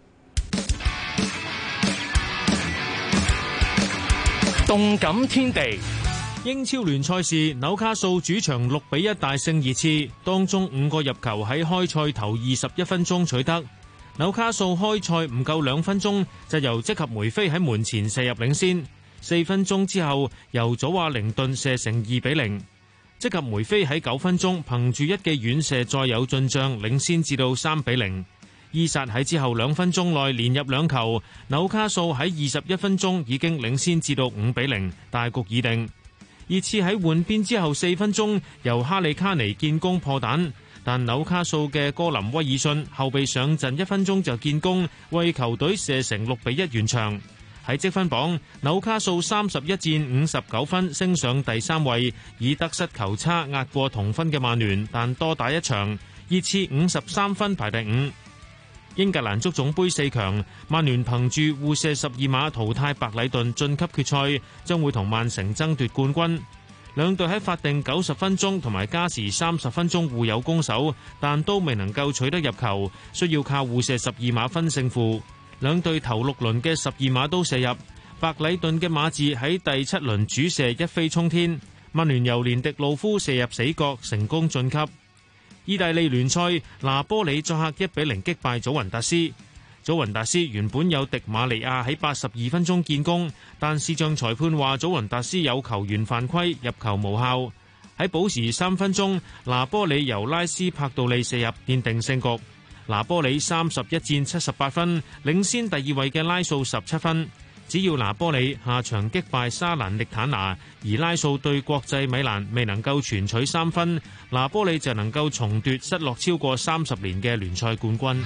Q: 動感天地，英超聯賽事紐卡素主場6-1大勝熱刺，當中5個入球喺開賽頭21分鐘取得。紐卡素開賽唔夠2分鐘就由即合梅菲喺門前射入領先，4分鐘之後由祖華靈頓射成2-0。即合梅菲喺9分鐘憑住一記遠射再有進賬，領先至到3-0。伊薩喺之後2分鐘內連入2球，紐卡素喺21分鐘已經領先至到5-0，大局已定。熱刺喺換邊之後4分鐘由哈利卡尼建功破蛋，但紐卡素嘅哥林威爾遜後備上陣1分鐘就建功，為球隊射成6-1完場。喺積分榜，紐卡素31戰59分，升上第3位，以得失球差壓過同分嘅曼聯，但多打一場。熱刺53分排第5。英格蘭足總杯4強，曼聯憑住互射12碼淘汰白禮頓晉級決賽，將會同曼城爭奪冠軍。兩隊喺法定90分鐘同埋加時30分鐘互有攻守，但都未能夠取得入球，需要靠互射12碼分勝負。兩隊頭6輪嘅12碼都射入，白禮頓嘅馬治喺第7輪主射一飛沖天，曼聯由連迪路夫射入死角，成功晉級。意大利聯賽，拿波里作客1-0擊敗祖雲達斯。祖雲達斯原本有迪馬利亞喺82分鐘建功，但視像裁判話祖雲達斯有球員犯規，入球無效。喺補時3分鐘，拿波里由拉斯帕杜利射入奠定勝局。拿波里31戰78分，領先第2位嘅拉素17分。只要拿波里下場擊敗沙蘭力坦拿，而拉素對國際米蘭未能夠全取3分，拿波里就能夠重奪失落超過30年嘅聯賽冠軍。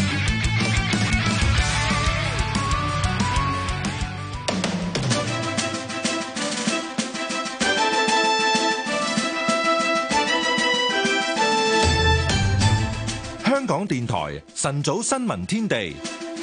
A: 香港電台晨早新聞天地。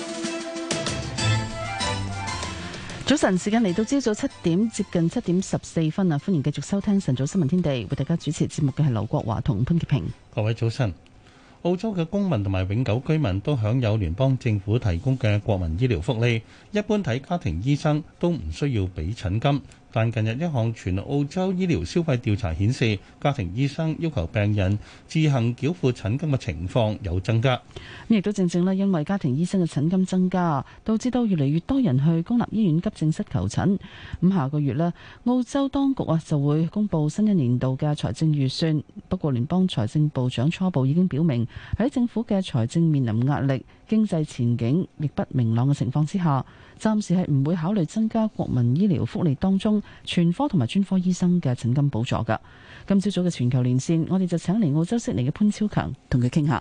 C: 早晨，時間嚟到朝早7點，接近7點14分啊！歡迎繼續收聽晨早新聞天地，為大家主持節目嘅係劉國華同潘潔平。
D: 各位早晨。澳洲嘅公民同埋永久居民都享有聯邦政府提供嘅國民醫療福利，一般睇家庭醫生都唔需要俾診金， 但近日一項全澳洲醫療消費調查顯示，家庭醫生要求病人自行繳付診金嘅情況有增加。
C: 咁亦都正正因為家庭醫生嘅診金增加，導致到越嚟越多人去公立醫院急症室求診。咁下個月咧，澳洲當局就會公布新一年度嘅財政預算。不過聯邦財政部長初步已經表明，喺政府嘅財政面臨壓力、經濟前景亦不明朗嘅情況之下，暫時係唔會考慮增加國民醫療福利當中全科同埋專科醫生嘅診金補助㗎。今朝早嘅全球連線，我哋就請嚟澳洲悉尼嘅潘超強同佢傾下。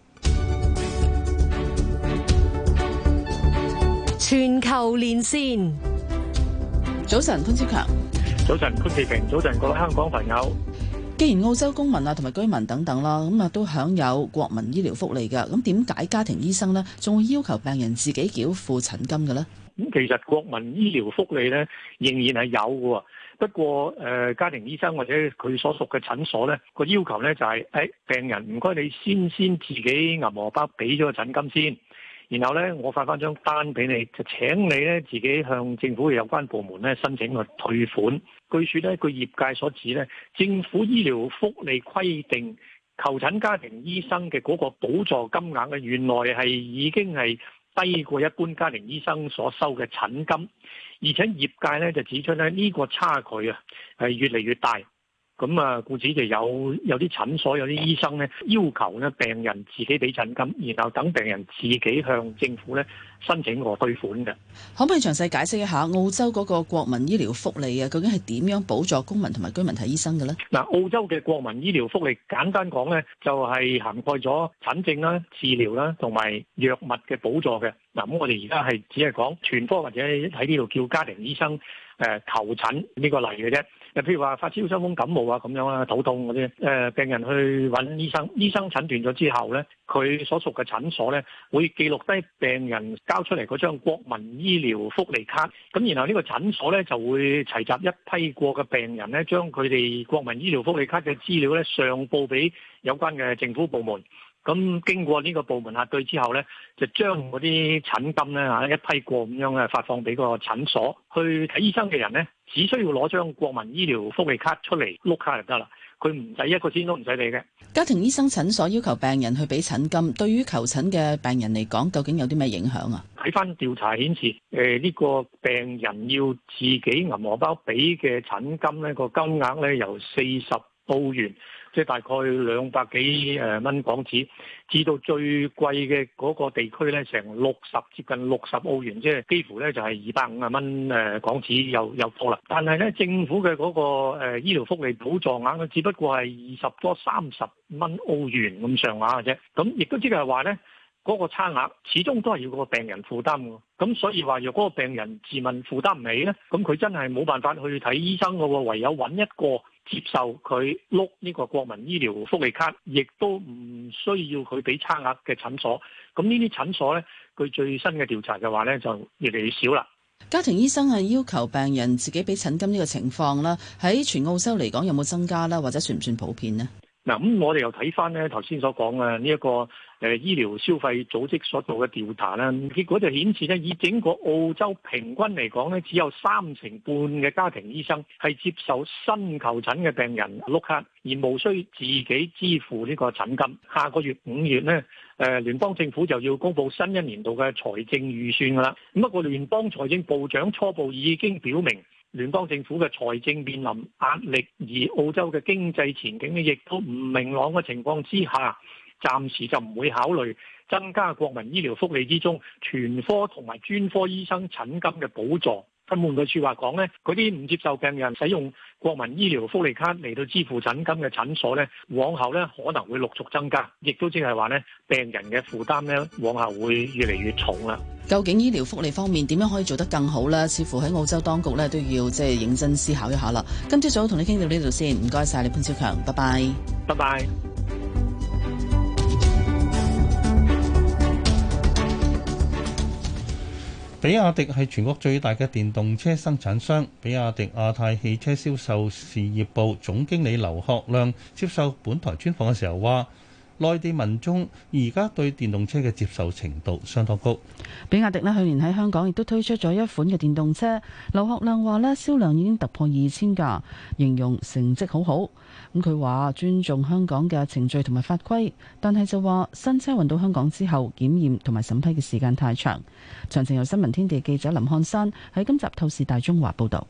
L: 全球連線，
C: 早晨潘超強。
R: 早晨潘志平，早晨各位香港朋友。
C: 既然澳洲公民同埋居民等等啦，咁都享有國民醫療福利嘅，咁點解家庭醫生呢仲會要求病人自己繳付診金嘅呢？
R: 咁其實國民醫療福利呢仍然係有嘅，不過家庭醫生或者佢所屬嘅診所呢個要求呢就係病人唔該你先自己銀荷包俾咗個診金先。然後咧，我發翻張單俾你，就請你咧自己向政府嘅有關部門咧申請個退款。據說咧，據業界所指咧，政府醫療福利規定求診家庭醫生嘅嗰個補助金額咧，原來係已經係低過一般家庭醫生所收嘅診金，而且業界咧就指出咧呢個差距啊係越嚟越大。咁啊，故此就有啲診所有啲醫生咧要求咧病人自己俾診金，然後等病人自己向政府咧申請個退款嘅。
C: 可唔可以詳細解釋一下澳洲嗰個國民醫療福利啊？究竟係點樣補助公民同埋居民睇醫生嘅咧？
R: 嗱，澳洲嘅國民醫療福利簡單講咧，就係涵蓋咗診症啦、治療啦同埋藥物嘅補助嘅。嗱，咁我哋而家係只係講全科或者喺呢度叫家庭醫生求診呢個例嘅啫。譬如話發燒、傷風、感冒啊咁樣啦，肚痛嗰啲，病人去揾醫生，醫生診斷咗之後咧，佢所屬嘅診所咧會記錄低病人交出嚟嗰張國民醫療福利卡，咁然後呢個診所咧就會齊集一批過嘅病人咧，將佢哋國民醫療福利卡嘅資料咧上報俾有關嘅政府部門。咁經過呢個部門核對之後呢，就將嗰啲診金呢一批過咁樣發放俾個診所。去睇醫生嘅人呢，只需要攞張國民醫療福利卡出嚟碌卡就得啦，佢唔使一個仙都唔使俾嘅。
C: 家庭醫生診所要求病人去俾診金，對於求診嘅病人嚟講，究竟有啲咩影響啊？
R: 睇翻調查顯示，呢個病人要自己銀荷包俾嘅診金呢個金額呢，由40澳元。即係大概200幾蚊港紙，至到最貴嘅嗰個地區咧，成接近60澳元，即係幾乎咧就係250蚊港紙又多啦。但係咧，政府嘅嗰個醫療福利補助額咧，只不過係20多30蚊澳元咁上下嘅啫。咁亦都即係話咧，嗰個差額始終都係要個病人負擔嘅。咁所以話，若嗰個病人自問負擔唔起咧，咁佢真係冇辦法去睇醫生嘅喎，唯有揾一個接受佢碌呢個國民醫療福利卡，亦都唔需要佢俾差額嘅診所。咁呢啲診所呢，佢最新嘅調查就話呢，就越嚟越少啦。
C: 家庭醫生係要求病人自己俾診金呢個情況啦，喺全澳洲嚟講有冇增加啦，或者算唔算普遍呢？
R: 嗱，咁我哋又睇翻呢頭先所講嘅呢一個醫療消費組織所做嘅調查啦，結果就顯示呢，以整個澳洲平均嚟講呢，只有3成半嘅家庭醫生係接受新求診嘅病人碌卡，而無需自己支付呢個診金。下個月5月呢，聯邦政府就要公布新一年度嘅財政預算㗎啦。咁不過聯邦財政部長初步已經表明，聯邦政府嘅財政面臨壓力，而澳洲嘅經濟前景呢亦都唔明朗嘅情況之下，暫時就唔會考慮增加國民醫療福利之中全科同埋專科醫生診金嘅補助。咁換句説話講呢，嗰啲唔接受病人使用國民醫療福利卡嚟到支付診金嘅診所呢，往後呢可能會陸續增加，亦都即係話呢，病人嘅負擔呢往後會越嚟越重啦。
C: 究竟醫療福利方面點樣可以做得更好呢？似乎喺澳洲當局呢都要即係認真思考一下啦。今朝早同你傾到呢度先，唔該晒你潘超強，拜拜。
R: 拜拜。
D: 比亞迪係全國最大嘅電動車生產商。比亞迪亞太汽車銷售事業部總經理劉學亮接受本台專訪嘅時候話， 內地民眾而家對電動車嘅接受程度相當高。
C: 比亞迪呢，去年喺香港亦都推出咗一款嘅電動車，劉學亮話呢，銷量已經突破2000架，形容成績好好。咁佢話尊重香港嘅程序同埋法規，但係就話新車運到香港之後，檢驗同埋審批嘅時間太長。詳情由新聞天地記者林漢山喺今集透視大中華報導。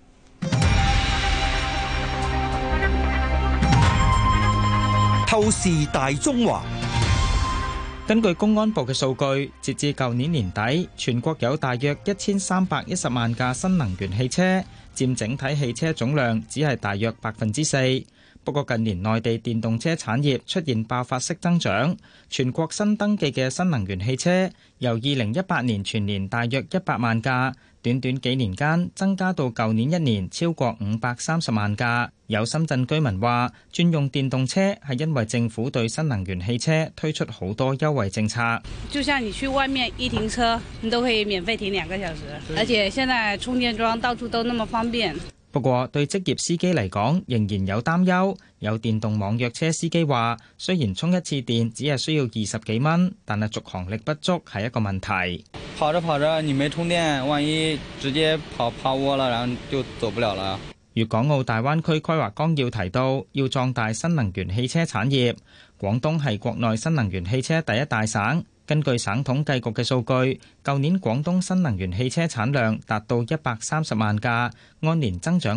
E: 透視大中華。
N: 根據公安部嘅數據，截至舊年年底，全國有大約1310萬架新能源汽車，佔整體汽車總量只係大約4%。不過近年內地電動車產業出現爆發式增長，全國新登記嘅新能源汽車由2018年全年大約100萬架，短短幾年間增加到舊年一年超過530萬架。有深圳居民話，轉用電動車係因為政府對新能源汽車推出好多優惠政策。
S: 就像你去外面一停車，你都可以免費停2個小時，而且現在充電樁到處都那麼方便。
N: 不過對職業司機嚟講仍然有擔憂，有電動網約車司機話，雖然充一次電只係需要20幾蚊，但係續航力不足係一個問題。
T: 跑着跑着你沒充電，萬一直接跑趴窩了，然後就走不了了。
N: 粵港澳大灣區規劃綱要提到，要壯大新能源汽車產業。廣東係國內新能源汽車第一大省。根據省統計局嘅數據，舊年廣東新能源汽車產量達到130萬架，按年增長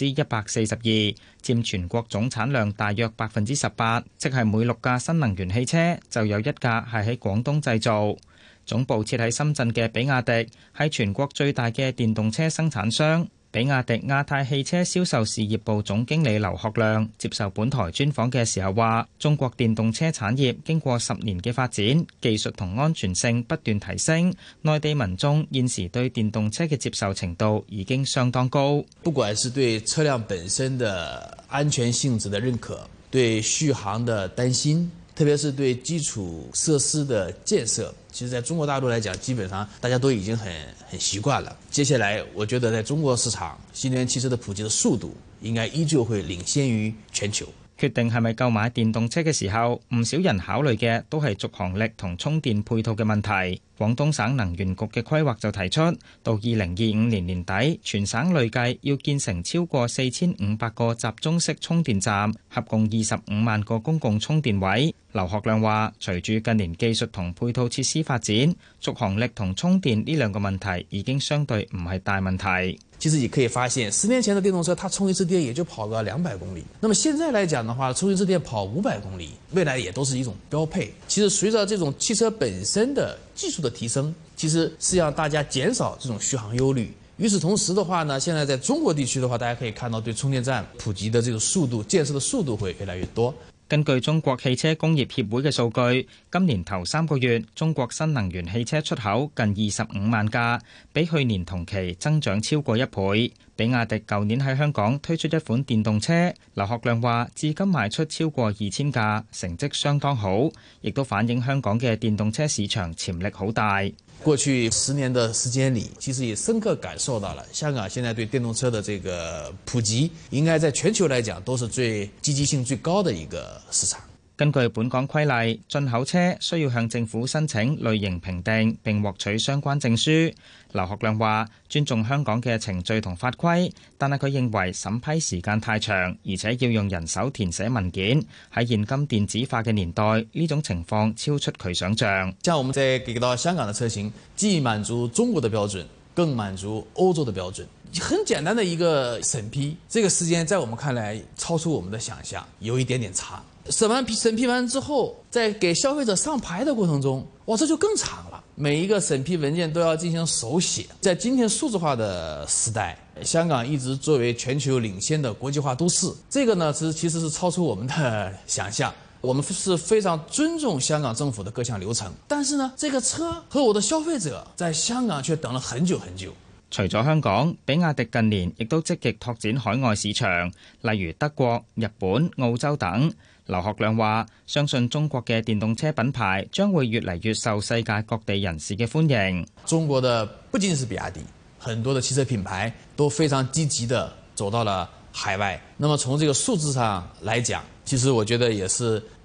N: 142%，佔全國總產量大約18%，即係每6架新能源汽車就有1架係喺廣東製造。總部設喺深圳嘅比亞迪係全國最大嘅電動車生產商。比亞迪亞太汽車銷售事業部總經理劉學亮接受本台專訪嘅時候話，中國電動車產業經過10年嘅發展，技術同安全性不斷提升，內地民眾現時對電動車嘅接受程度已經相當高。
U: 不管是對車輛本身的安全性質的認可，對續航的擔心，特別是對基礎設施的建設，其實在中國大陸來講，基本上大家都已經很習慣了。接下來我覺得在中國市場，新能源汽車的普及的速度應該依舊會領先於全球。
N: 決定係咪購買電動車嘅時候，唔少人考慮嘅都係續航力同充電配套嘅問題。廣東省能源局嘅規劃就提出，到2025年年底，全省累計要建成超過4500個集中式充電站，合共25萬個公共充電位。劉學亮話，隨住近年技術同配套設施發展，續航力同充電呢兩個問題已經相對唔係大問題。
U: 其實你可以發現，10年前的電動車，它充一次電也就跑個200公里。那麼現在來講的話，充一次電跑500公里，未來也都是一種標配。其實隨着這種汽車本身的技術的提升，其實是讓大家減少這種續航憂慮。與此同時的話呢，現在在中國地區的話，大家可以看到對充電站普及的這個速度、建設的速度會越來越多。
N: 根據中國汽車工業協會嘅數據，今年頭3個月，中國新能源汽車出口近25萬架，比去年同期增長超過1倍。比亞迪舊年喺香港推出一款電動車，劉學亮話，至今賣出超過2000架，成績相當好，亦都反映香港嘅電動車市場潛力好大。
U: 過去10年的時間裡，其實也深刻感受到了香港現在對電動車的這個普及，應該在全球來講都是最積極性最高的一個市場。
N: 根據本港規例，進口車需要向政府申請類型評定並獲取相關證書。劉學亮話，尊重香港嘅程序同法規，但係佢認為審批時間太長，而且要用人手填寫文件。喺現今電子化嘅年代，呢種情況超出佢想象。
U: 像我們在給到香港的車型，既滿足中國的標準，更滿足歐洲的標準。很簡單的一個審批，這個時間在我們看來超出我們的想象，有一點點長。審批完之後，在給消費者上牌的過程中，哇，這就更長了。每一個審批文件都要進行手寫。在今天數字化的時代，香港一直作為全球領先的國際化都市，這個呢其實是超出我們的想象。我們是非常尊重香港政府的各項流程，但是呢，這個車和我的消費者在香港卻等了很久很久。
N: 除咗香港，比亞迪近年亦都積極拓展海外市場，例如德國、日本、澳洲等。劉學亮話，相信中國嘅電動車品牌將會越嚟越受世界各地人士嘅歡迎。
U: 中國的不僅是比亞迪，很多的汽車品牌都非常積極地走到了海外。那麼從這個數字上來講，其實我覺得也是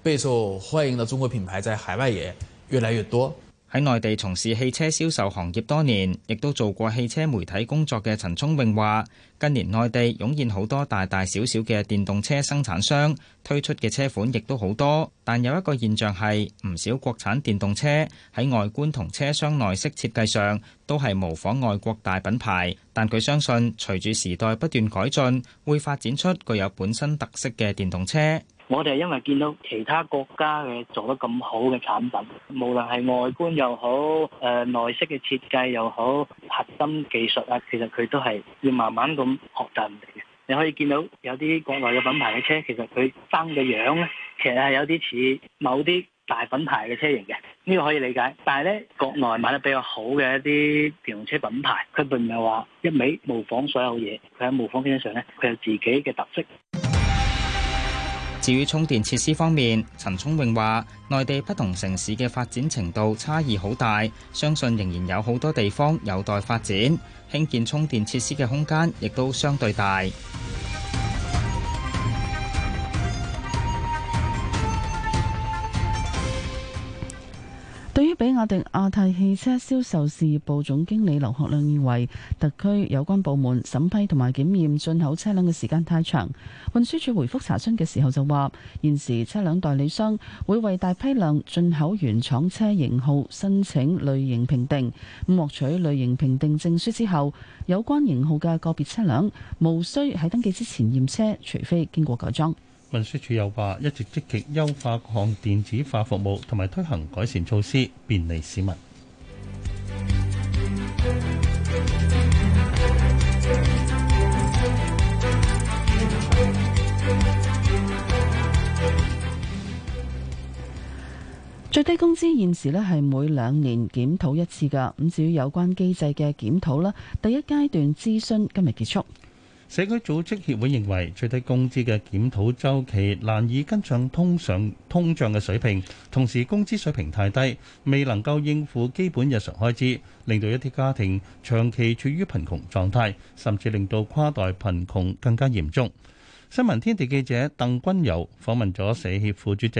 U: 備受歡迎的中國品牌在海外也越來越多。
N: 喺內地從事汽車銷售行業多年，亦都做過汽車媒體工作嘅陳聰穎話，近年內地湧現好多大大小小嘅電動車生產商，推出嘅車款亦都好多。但有一個現象係，唔少國產電動車喺外觀同車廂內飾設計上都係模仿外國大品牌。但佢相信，隨住時代不斷改進，會發展出具有本身特色嘅電動車。
G: 我哋係因為見到其他國家嘅做得咁好嘅產品，無論係外觀又好，內飾嘅設計又好，核心技術啊，其實佢都係要慢慢咁學習人哋嘅。你可以見到有啲國內嘅品牌嘅車，其實佢生嘅樣咧，其實係有啲似某啲大品牌嘅車型嘅，呢個可以理解。但係咧，國內買得比較好嘅一啲電動車品牌，佢並唔係話一味模仿所有嘢，佢喺模仿基礎上咧，佢有自己嘅特色。
N: 至於充電設施方面，陳聰穎話：內地不同城市嘅發展程度差異好大，相信仍然有好多地方有待發展，興建充電設施嘅空間亦都相對大。
C: 對於比亞迪亞太汽車銷售事業部總經理劉學亮認為，特區有關部門審批同埋檢驗進口車輛嘅時間太長。運輸署回覆查詢嘅時候就話，現時車輛代理商會為大批量進口原廠車型號申請類型評定，咁獲取類型評定證書之後，有關型號嘅個別車輛無需喺登記之前驗車，除非經過改裝。
D: 運輸署又話，一直積極優化各項電子化服務，同埋推行改善措施，便利市民。
C: 最低工資現時咧係每2年檢討一次㗎，咁至於有關機制嘅檢討咧，第一階段諮詢今日結束。
D: 社區組織協會認為，最低工資嘅檢討週期難以跟上通脹嘅水平，同時工資水平太低，未能夠應付基本日常開支，令到一啲家庭長期處於貧窮狀態，甚至令到跨代貧窮更加嚴重。新聞天地記者鄧君柔訪問咗社協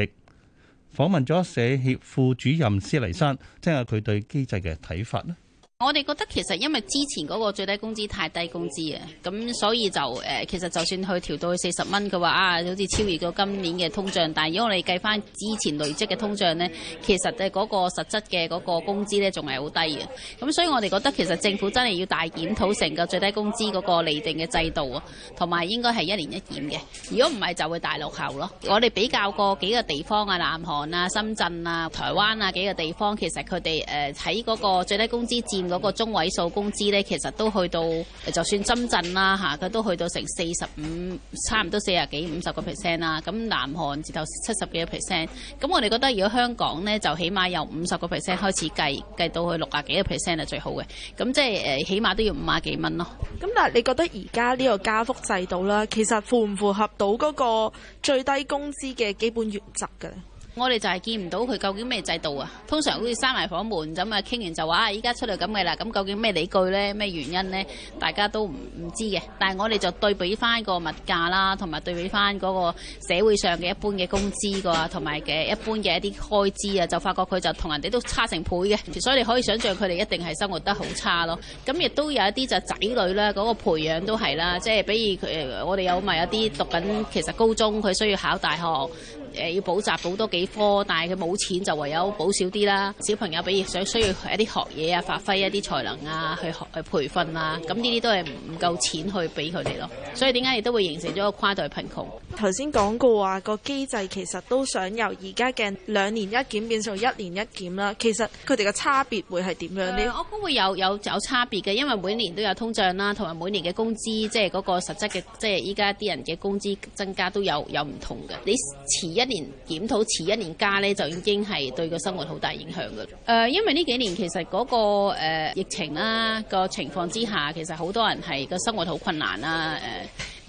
D: 副主任施麗珊，聽下佢對機制嘅睇法呢。
V: 我哋覺得其實因為之前嗰個最低工資太低工資啊，咁所以就其實就算去調到去40蚊嘅話啊，好似超越咗今年嘅通脹。但係如果我哋計翻之前累積嘅通脹呢，其實嗰個實質嘅嗰個工資呢仲係好低嘅。咁所以我哋覺得其實政府真係要大檢討成個最低工資嗰個釐定嘅制度啊，同埋應該係1年1檢嘅。如果唔係就會大落後咯。我哋比較過幾個地方啊，南韓啊、深圳啊、台灣啊幾個地方，其實佢哋喺嗰個最低工資佔嗰個中位數工資咧，其實都去到，就算深圳啦嚇，佢都去到成45，差唔多40幾50% 啦。咁南韓至到70幾%。咁我哋覺得如果香港呢，就起碼由50% 開始計到去60幾%係最好嘅。咁即係起碼都要50幾蚊咯。
W: 咁但係你覺得而家呢個加幅制度啦，其實符唔符合到嗰個最低工資嘅基本原則嘅？
V: 我哋就係見唔到佢究竟咩制度啊？通常好似閂埋房門咁啊，傾完就話啊，依家出嚟咁嘅啦。咁究竟咩理據呢？咩原因呢？大家都唔知嘅。但係我哋就對比翻個物價啦，同埋對比翻嗰個社會上嘅一般嘅工資個，同埋嘅一般嘅一啲開支啊，就發覺佢就同人哋都差成倍嘅。所以你可以想象佢哋一定係生活得好差咯。咁亦都有一啲就仔女啦，嗰個培養都係啦。即係比如我哋有咪有啲讀緊其實高中，佢需要考大學。要補習補多幾科，但係佢冇錢就唯有補少啲啦。小朋友比如需要一啲學嘢啊，發揮一啲才能啊，去培訓啊，咁呢啲都係唔夠錢去俾佢哋咯。所以點解亦都會形成咗個跨代貧窮？
W: 頭先講過話個機制其實都想由而家嘅2年1檢變成1年1檢啦。其實佢哋嘅差別會係點樣呢？
V: 我估會有差別嘅，因為每年都有通脹啦，同埋每年嘅工資即係嗰個實質嘅，即係依家啲人嘅工資增加都有唔同嘅。你遲1年檢討遲1年加呢，就已經係對個生活好大影響嘅。因為呢幾年其實嗰個疫情啦個情況之下，其實好多人係個生活好困難啦。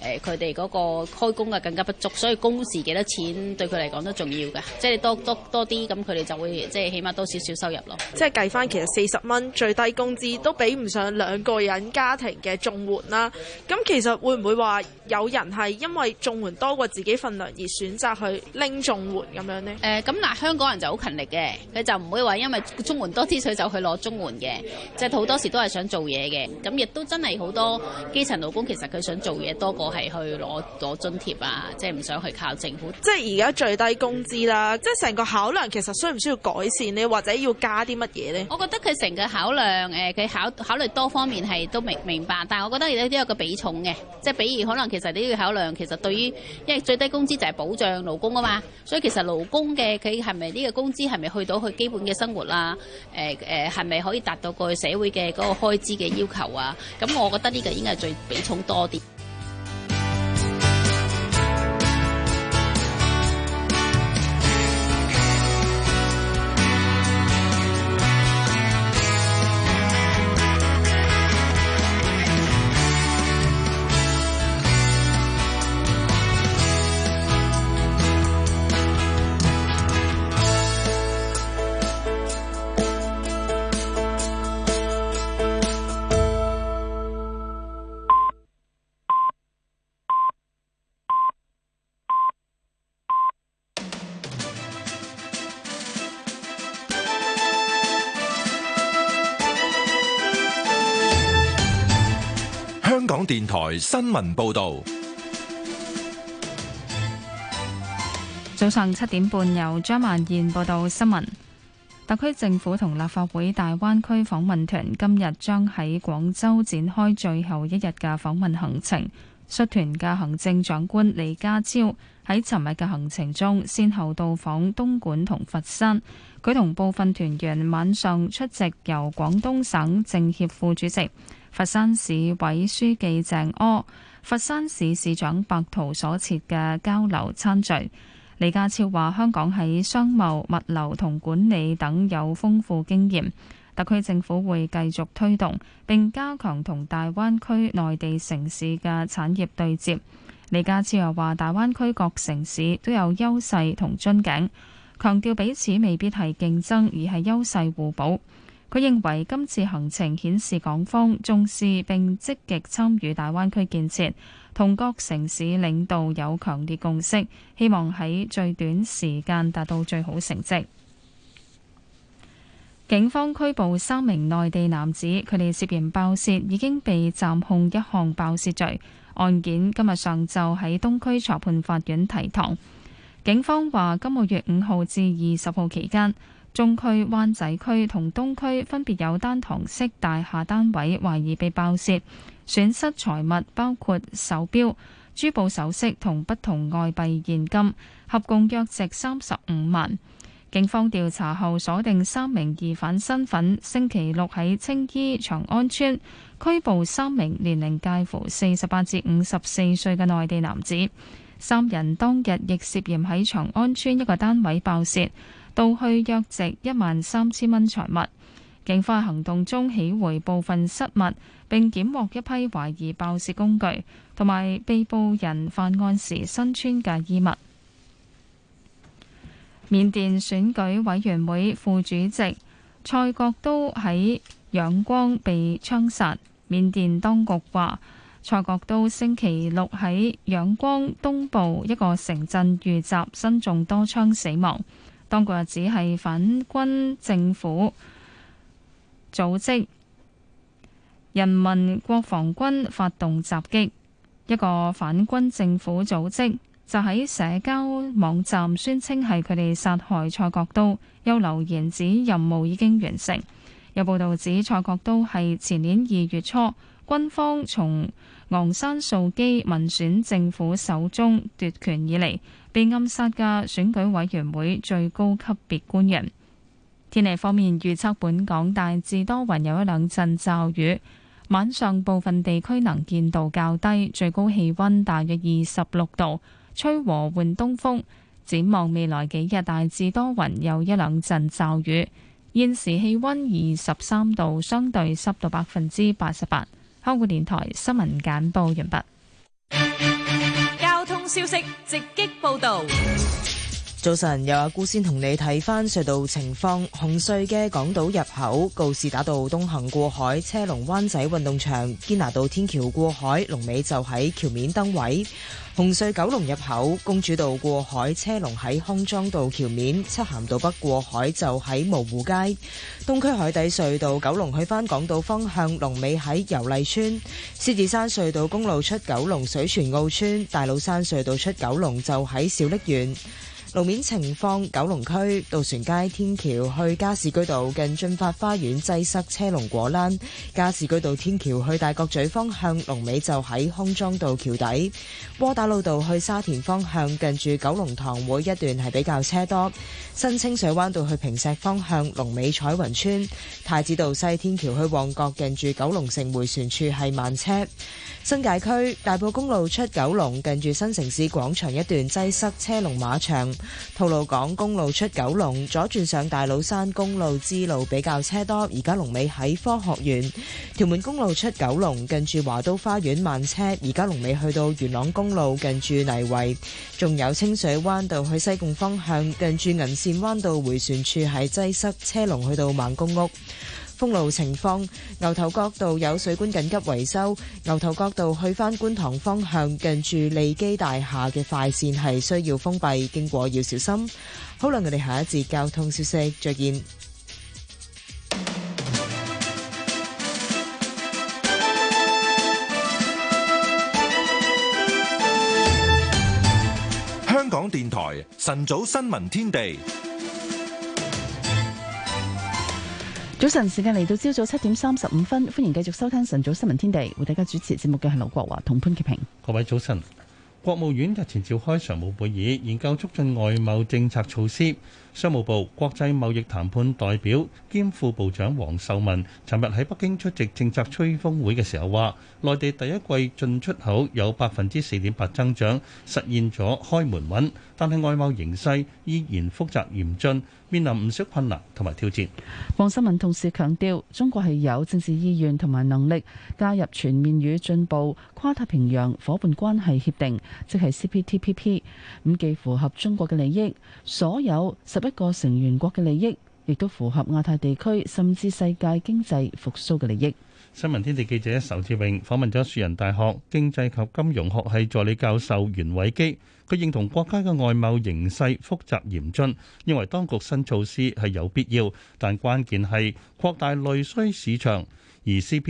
V: 佢哋嗰個開工嘅更加不足，所以工時幾多錢對佢嚟講都重要嘅，即係多啲咁佢哋就會即係起碼多少少收入咯。
W: 即係計翻其實40蚊最低工資都比唔上2個人家庭嘅綜援啦。咁其實會唔會話有人係因為綜援多過自己份糧而選擇去拎綜援咁樣呢？
V: 咁嗱，香港人就好勤力嘅，佢就唔會話因為綜援多啲所以就去攞綜援嘅，即係好多時都係想做嘢嘅。咁亦都真係好多基層勞工其實佢想做嘢多過係去攞津貼啊，即係唔想去靠政府。
W: 即係而家最低工資啦，即係成個考量其實需唔需要改善呢？或者要加啲乜嘢呢？
V: 我覺得佢成個考量佢考慮多方面係都明白，但係我覺得亦都有個比重嘅，即係比如可能其實你要考量其實對於因為最低工資就係保障勞工啊嘛，所以其實勞工嘅佢係咪呢個工資係咪去到佢基本嘅生活啊？係咪可以達到個社會嘅嗰個開支嘅要求啊？咁我覺得呢個應該係最比重多啲。
A: 香港電台新聞報道，
B: 早上7點半由張曼燕報道新聞。特區政府同立法會大灣區訪問團今日將喺廣州展開最後一日嘅訪問行程。率團嘅行政長官李家超喺尋日嘅行程中，先後到訪東莞同佛山。佢同部分團員晚上出席由廣東省政協副主席、佛山市委書記鄭柯、佛山市市長白濤所設嘅交流餐聚。李家超話：香港喺商貿、物流同管理等有豐富經驗，特區政府會繼續推動並加強同大灣區內地城市嘅產業對接。李家超又話：大灣區各城市都有優勢同樽頸，強調彼此未必係競爭，而係優勢互補。佢認為今次行程顯示港方重視並積極參與大灣區建設，同各城市領導有強烈共識，希望喺最短時間達到最好成績。警方拘捕3名內地男子，佢哋涉嫌爆竊，已經被暫控一項爆竊罪。案件今日上晝喺東區裁判法院提堂。警方話，今個月5號至20號期間，中區、灣仔區同東區分別有單堂式大廈單位懷疑被爆竊，損失財物包括手錶、珠寶首飾同不同外幣現金，合共約值35萬。警方調查後鎖定3名疑犯身份，星期六喺青衣長安村拘捕3名年齡介乎48至54歲嘅內地男子。3人當日亦涉嫌喺長安村一個單位爆竊，盜去約值13000蚊財物。警方喺行動中起回部分失物，並檢獲一批懷疑爆竊工具，同埋被捕人犯案時身穿嘅衣物。緬甸選舉委員會副主席蔡國都喺仰光被槍殺。緬甸當局話，蔡國都星期六喺仰光東部一個城鎮遇襲，身中多槍死亡。當局又指係反軍政府組織人民國防軍發動襲擊。一個反軍政府組織就喺社交網站宣稱係佢哋殺害蔡國都，又留言指任務已經完成。有報道指蔡國都係前年2月初軍方從昂山素基民選政府手中奪權以嚟被暗殺嘅選舉委員會最高級別官員。天氣方面預測，本港大致多雲，有一兩陣驟雨，晚上部分地區能見度較低，最高氣溫大約26度，吹和緩東風。展望未來幾日，大致多雲，有一兩陣驟雨。現時氣溫23度，相對濕度88%。香港電台新聞簡報完畢。
L: 通消息直擊報導。
M: 早晨，有阿姑先同你睇翻隧道情況。紅隧嘅港島入口告士打道東行過海車龍，灣仔運動場堅拿道天橋過海龍尾就喺橋面燈位。紅隧九龍入口公主道過海車龍喺康莊道橋面，漆咸道北過海就喺蕪湖街。東區海底隧道九龍去返港島方向龍尾喺油麗邨。獅子山隧道公路出九龍水泉澳村，大老山隧道出九龍就喺小瀝源。路面情況，九龍區渡船街天橋去加士居道近駿發花園擠塞車龍果欄，加士居道天橋去大角咀方向龍尾就喺康莊道橋底。窩打老道去沙田方向近住九龍塘會一段係比較車多。新清水灣道去坪石方向龍尾彩雲村，太子道西天橋去旺角近住九龍城迴旋處係慢車。新界區大埔公路出九龍近住新城市廣場一段擠塞車龍馬場，吐露港公路出九龍左轉上大老山公路支路比較車多，而家龍尾喺科學園。屯門公路出九龍近住華都花園慢車，而家龍尾去到元朗公路近住泥圍。仲有清水灣道去西貢方向近住銀線灣道迴旋處係擠塞車龍去到孟公屋。封路情況，牛頭角道有水管緊急維修，牛頭角道去返觀塘方向近住利基大廈嘅快線係需要封閉，經過要小心。好啦，我哋下一節交通消息再見。
A: 香港電台晨早新聞天地。
C: 早晨時間嚟到朝早7:35，歡迎繼續收聽晨早新聞天地，為大家主持節目嘅係劉國華同潘潔平。
D: 各位早晨。國務院日前召開常務會議，研究促進外貿政策措施。商務部國際貿易談判代表兼副部長黃秀文尋日喺北京出席政策吹風會嘅時候話，內地第一季進出口有4.8%增長，實現咗開門穩，但係外貿形勢依然複雜嚴峻，面臨唔少困難同埋挑戰。
C: 黃秀文同時強調，中國係有政治意願同埋能力加入全面與進步跨太平洋夥伴關係協定，即係 CPTPP， 咁既符合中國嘅利益，所有11個成員國嘅利益，亦都符合亞太地區甚至世界經濟復甦嘅利益。
D: 新聞天地記者仇志榮訪問咗樹仁大學經濟及金融學系助理教授袁偉基，佢認同國家嘅外貿形勢複雜嚴峻，認為當局新措施係有必要，但關鍵係擴大內需市場，而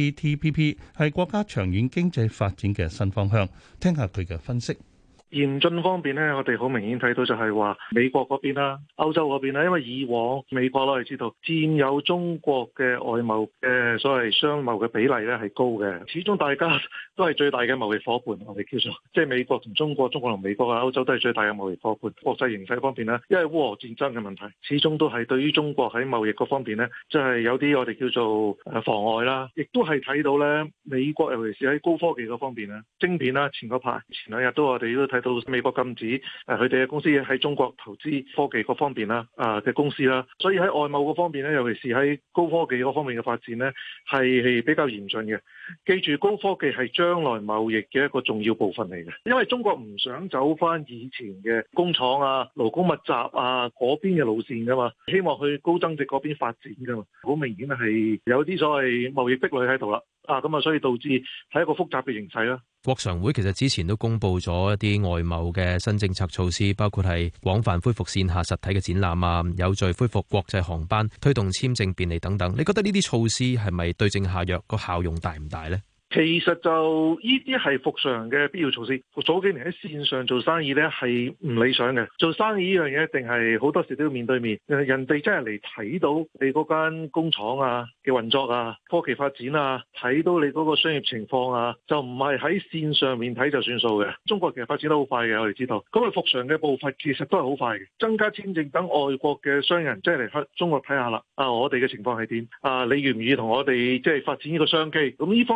D: CPTPP 係國家長遠經濟發展嘅新方向。聽下佢嘅分析。
F: 嚴峻方面呢，我哋好明顯睇到就係話美國嗰邊啦、歐洲嗰邊啦，因為以往美國我哋知道佔有中國嘅外貿嘅所謂商貿嘅比例咧係高嘅，始終大家都係最大嘅貿易夥伴，我哋叫做即係美國同中國、中國同美國啊、歐洲都係最大嘅貿易夥伴。國際形勢方面呢，因為烏俄戰爭嘅問題，始終都係對於中國喺貿易嗰方面呢，即係有啲我哋叫做妨礙啦，亦都係睇到咧美國尤其是喺高科技嗰方面咧，晶片啦，前兩日都我哋都睇到美國禁止佢哋嘅公司喺中國投資科技嗰方面啦嘅公司啦，所以喺外貿嗰方面咧，尤其是喺高科技嗰方面嘅發展咧，係比較嚴峻嘅。記住，高科技係將來貿易嘅一個重要部分嚟嘅，因為中國唔想走翻以前嘅工廠啊、勞工密集啊嗰邊嘅路線噶嘛，希望去高增值嗰邊發展噶嘛，好明顯係有啲所謂貿易壁壘喺度啦。咁啊，所以導致係一個複雜嘅形勢啦。
H: 國常會其實之前都公布咗一啲外貿嘅新政策措施，包括係廣泛恢復線下實體嘅展覽啊，有序恢復國際航班，推動簽證便利等等。你覺得呢啲措施係咪對症下藥，個效用大唔大呢？
F: 其實就呢啲係復常嘅必要措施。早幾年喺線上做生意呢係唔理想嘅，做生意呢樣嘢一定係好多時都要面對面。人哋真係嚟睇到你嗰間工廠啊嘅運作啊、科技發展啊，睇到你嗰個商業情況啊，就唔係喺線上面睇就算數嘅。中國其實發展得好快嘅，我哋知道。咁佢復常嘅步伐其實都係好快嘅，增加簽證等外國嘅商人即係嚟中國睇下啦。我哋嘅情況係點？你願唔願意同我哋即係發展呢個商機？咁呢方面呢，其實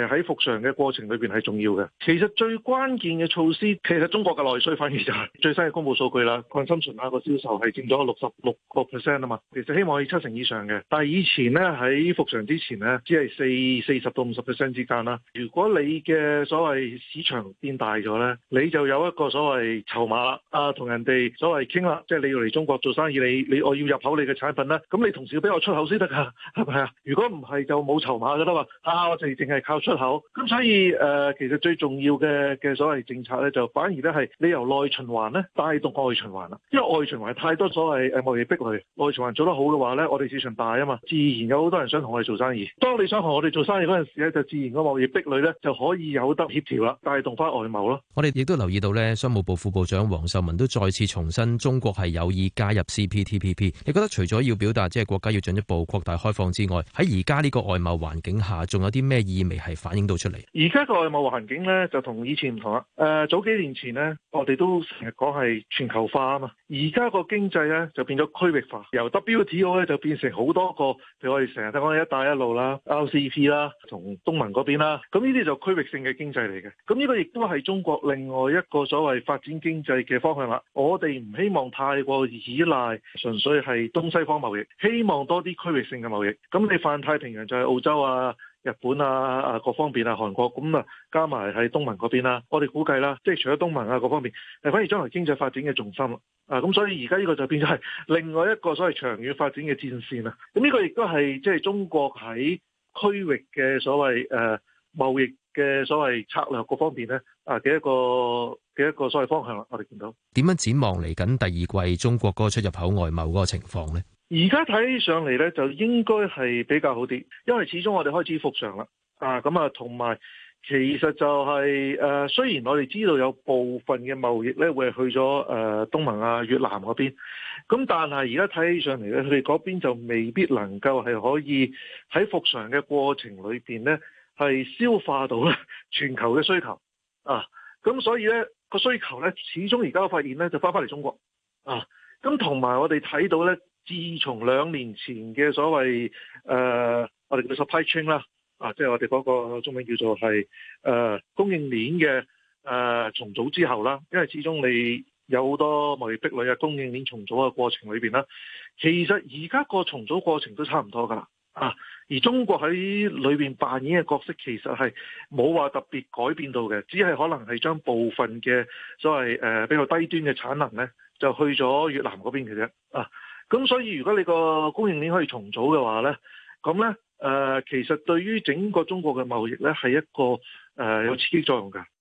F: 喺復常嘅過程裏邊係重要嘅。其實最關鍵嘅措施，其實中國嘅內需反而就係最新嘅公佈數據啦，consumption個銷售係佔咗66% 啊嘛。其實希望係7成以上嘅，但係以前咧喺復常之前咧，只係40到50% 之間啦。如果你嘅所謂市場變大咗咧，你就有一個所謂籌碼啦，同人哋所謂傾啦，即係你要嚟中國做生意，你我要入口你嘅產品啦，咁你同時要俾我出口先得㗎，係咪啊？如果唔係就冇籌碼㗎啦嘛，我哋淨係靠出口，咁所以其實最重要嘅所謂政策咧，就反而咧係你由內循環咧帶動外循環啦，因為外循環太多所謂貿易壁壘，內循環做得好嘅話咧，我哋市場大啊嘛，自然有好多人想同我哋做生意。當你想同我哋做生意嗰陣時咧，就自然個貿易壁壘咧就可以有得協調啦，帶動翻外貿咯。
H: 我哋亦都留意到咧，商務部副部長黃秀文都再次重申，中國係有意加入 CPTPP。你覺得除咗要表達即係國家要進一步擴大開放之外，喺而家呢個外貿環境下，仲有啲咩意味係反映到出嚟？
F: 而家個外貿環境咧就同以前唔同啦。早幾年前呢，我哋都成日講係全球化啊嘛。而家個經濟咧就變咗區域化，由 WTO 咧就變成好多個，譬如我哋成日聽講一帶一路啦、RCEP 啦，同東盟嗰邊啦。咁呢啲就區域性嘅經濟嚟嘅。咁呢個亦都係中國另外一個所謂發展經濟嘅方向啦。我哋唔希望太過依賴純粹係東西方貿易，希望多啲區域性嘅貿易。咁你泛太平洋就係澳洲啊、日本啊、各方面啊、韓國咁啊，加埋喺東盟嗰邊啦。我哋估計啦，即係除咗東盟啊各方面，反而將來經濟發展嘅重心咁所以而家呢個就變咗係另外一個所謂長遠發展嘅戰線啦。咁呢個亦都係即係中國喺區域嘅所謂貿易嘅所謂策略各方面咧嘅一個所謂方向啦。我哋見到
H: 點樣展望嚟緊第二季中國嗰個出入口外貿嗰個情況咧？
F: 而家睇上嚟咧，就應該係比較好啲，因為始終我哋開始復常啦。同埋其實就係雖然我哋知道有部分嘅貿易咧會係去咗東盟啊、越南嗰邊，咁但係而家睇起上嚟咧，佢哋嗰邊就未必能夠係可以喺復常嘅過程裏邊咧係消化到咧全球嘅需求咁所以咧個需求咧始終而家發現咧就翻嚟中國咁同埋我哋睇到咧。自從2年前嘅所謂我哋叫 supply chain 啦，即係我哋嗰個中文叫做係供應鏈嘅重組之後啦，因為始終你有好多貿易壁壘啊，供應鏈重組嘅過程裏邊啦，其實而家個重組過程都差唔多㗎啦而中國喺裏邊扮演嘅角色其實係冇話特別改變到嘅，只係可能係將部分嘅所謂比較低端嘅產能咧就去咗越南嗰邊嘅啫咁所以如果你個供應鏈可以重組嘅話咧，咁咧其實對於整個中國嘅貿易咧係一個有刺激作用㗎。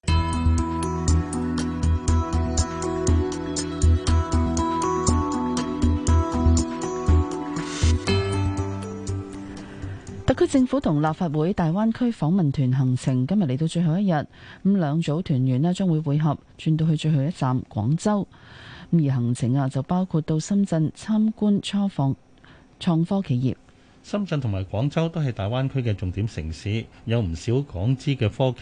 C: 特區政府同立法會大灣區訪問團行程今日嚟到最後一日，咁兩組團員咧將會會合，轉到去最後一站廣州。而行程就包括到深圳參觀創科企業。
D: 深圳同埋廣州都係大灣區嘅重點城市，有唔少港資科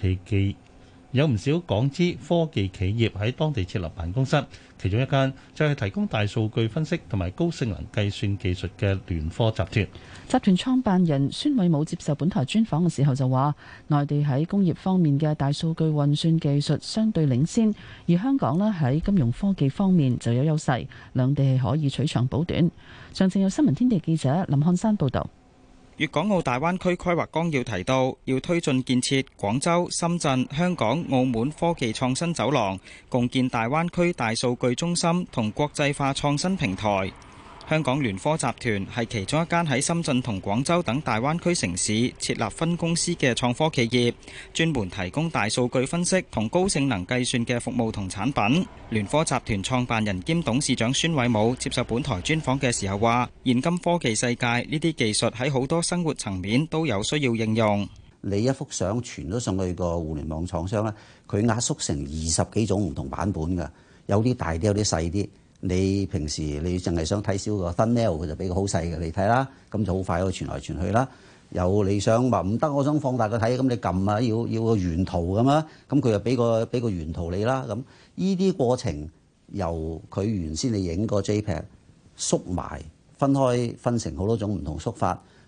D: 技企業喺當地設立辦公室，其中一間就係提供大數據分析同埋高性能計算技術嘅聯科集團。
C: 集團創辦人孫偉武接受本台專訪嘅時候就話，內地喺工業方面嘅大數據運算技術相對領先，而香港呢喺金融科技方面就有優勢，兩地係可以取長補短。詳情有新聞天地記者林漢山報導。
N: 粵港澳大灣區規劃綱要提到，要推進建設廣州、深圳、香港、澳門科技創新走廊，共建大灣區大數據中心同國際化創新平台。香港聯科集團係其中一間喺深圳同廣州等大灣區城市設立分公司嘅創科企業，專門提供大數據分析同高性能計算嘅服務同產品。聯科集團創辦人兼董事長孫偉武接受本台專訪嘅時候話，現今科技世界呢啲技術喺好多生活層面都有需要應用。
I: 你一幅相傳咗上去個互聯網廠商咧，佢壓縮成20幾種唔同版本㗎，有啲大啲，有啲細啲。你平時你淨係想睇少個 thumbnail， 佢就俾個好細嘅你睇啦，咁就好快可以傳來傳去啦。有你想話唔得，我想放大個睇，咁你撳啊，要個原圖咁啊，咁佢就俾個原圖你啦。咁呢啲過程由佢原先你影個 JPEG 縮埋分成好多種唔同縮法，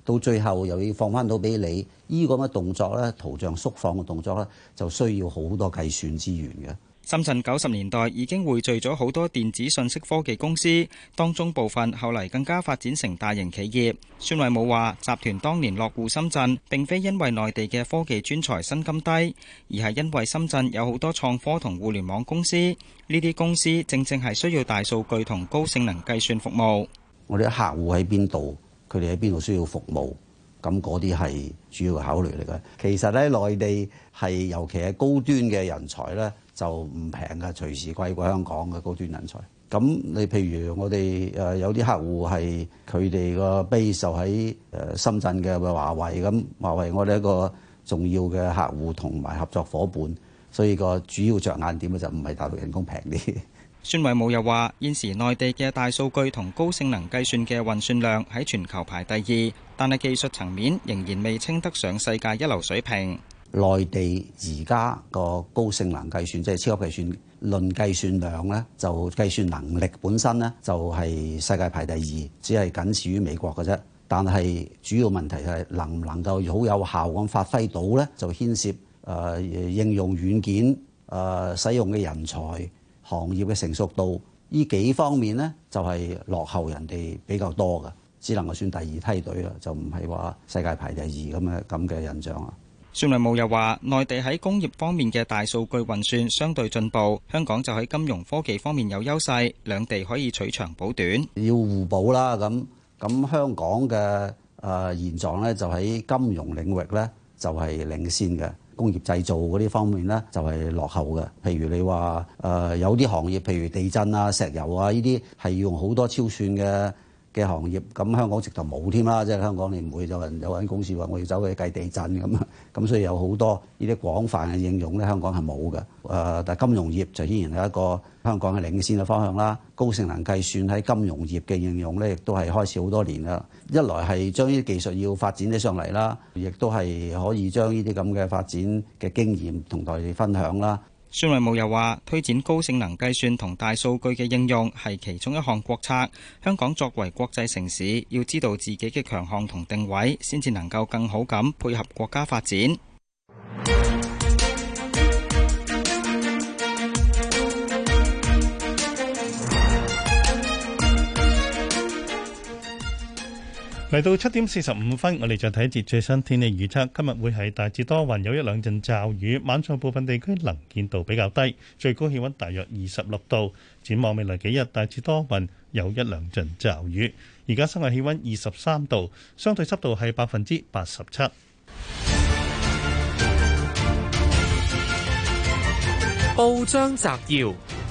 I: 到最後又要放翻到俾你，呢個咁嘅動作咧，圖像縮放嘅動作咧，就需要好多計算資源嘅。
N: 深圳90年代已經匯聚咗好多電子信息科技公司，當中部分後嚟更加發展成大型企業。孫偉武話：集團當年落戶深圳，並非因為內地嘅科技專才薪金低，而係因為深圳有好多創科同互聯網公司，呢啲公司正正係需要大數據同高性能計算服務。
I: 我哋嘅客戶喺邊度，佢哋喺邊度需要服務，咁嗰啲係主要嘅考慮嚟嘅。其實咧，內地係尤其係高端嘅人才咧，就唔平嘅，隨時貴過香港嘅高端人才。咁你譬如我哋有啲客戶係佢哋個 base 就喺深圳嘅華為，咁華為我哋一個重要嘅客戶同埋合作伙伴，所以個主要着眼點就唔係大陸人工平啲。
N: 孫偉武又話：現時內地嘅大數據同高性能計算嘅運算量喺全球排第2，但係技術層面仍然未稱得上世界一流水平。
I: 內地而家個高性能計算，即係超級計算，論計算量呢，就計算能力本身呢，就係世界排第2，只係僅次於美國嘅啫。但係主要問題係能唔能夠好有效咁發揮到呢？就牽涉應用軟件使用嘅人才、行業嘅成熟度，呢幾方面呢，就係落後人哋比較多嘅，只能夠算第2梯隊啦，就唔係話世界排第2咁嘅印象啊。
N: 孫偉武又話：內地喺工業方面嘅大數據運算相對進步，香港就喺金融科技方面有優勢，兩地可以取長補短，
I: 要互補啦。咁香港嘅現狀呢，就喺金融領域呢，就係領先嘅，工業製造嗰啲方面呢，就係落後嘅。譬如你話有啲行業，譬如地震啊、石油啊呢啲，係要用好多超算嘅行業，咁香港直頭冇添啦，即係香港你唔會有間公司話我要走去計地震咁所以有好多呢啲廣泛嘅應用咧，香港係冇嘅。但係金融業就依然係一個香港嘅領先嘅方向啦。高性能計算喺金融業嘅應用咧，亦都係開始好多年啦。一來係將呢啲技術要發展起上嚟啦，亦都係可以將呢啲咁嘅發展嘅經驗同大家分享啦。
N: 孫偉武又話：推展高性能計算同大數據嘅應用係其中一項國策。香港作為國際城市，要知道自己嘅強項同定位，先至能夠更好咁配合國家發展。
D: 嚟到7點45分，我哋就睇一節最新天氣預測。今日會係大致多雲，有一兩陣驟雨，晚上部分地區能見度比較低，最高氣溫大約26度。展望未來幾日，大致多雲，有一兩陣驟雨。而家室外氣溫23度，相對濕度係87%。
L: 報章摘要。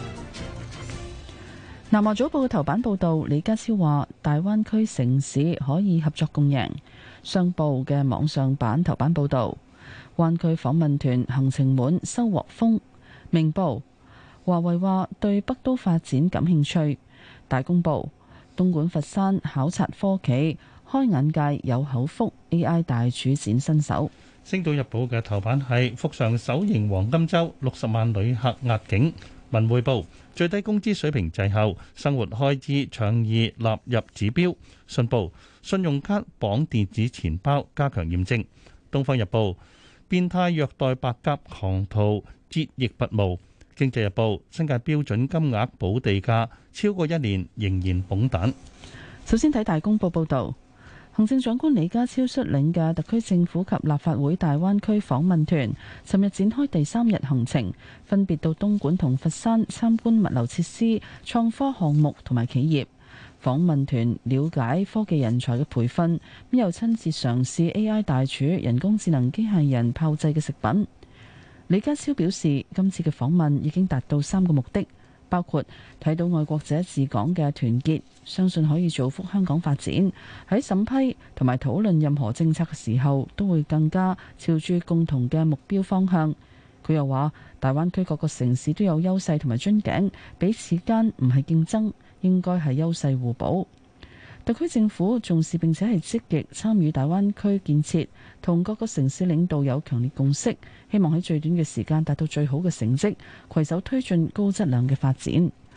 C: 南華早報嘅頭版報導，李家超話大灣區城市可以合作共贏。商報嘅網上版頭版報導，灣區訪問團行程滿收穫豐。明報，華為話對北都發展感興趣。大公報，東莞佛山考察科企開眼界有口福 ，AI 大廚展身手。
D: 星島日報嘅頭版係復常首迎黃金週，60萬旅客壓境。文匯報，最低工資水平滯後，生活開支倡議納入指標。信報，信用卡綁電子錢包加強驗證。東方日報，變態虐待白鴿狂徒折翼拔毛。經濟日報，新界標準金額補地價超過1年仍然捧蛋。
C: 首先睇大公報報導。行政長官李家超率領嘅特區政府及立法會大灣區訪問團，尋日展開第3日行程，分別到東莞同佛山參觀物流設施、創科項目同埋企業。訪問團了解科技人才嘅培訓，又親自嘗試 AI 大廚人工智能機械人炮製嘅食品。李家超表示，今次嘅訪問已經達到3個目的。包括睇到愛國者治港嘅團結，相信可以造福香港發展。喺審批同埋討論任何政策嘅時候，都會更加朝住共同嘅目標方向。佢又話，大灣區各個城市都有優勢同埋樽頸，彼此間唔係競爭，應該係優勢互補。特區政府重視並且係積極參與大灣區建設，同各個城市領導有強烈共識，希望喺最短嘅時間達到最好嘅成績，攜手推進高質量嘅發展。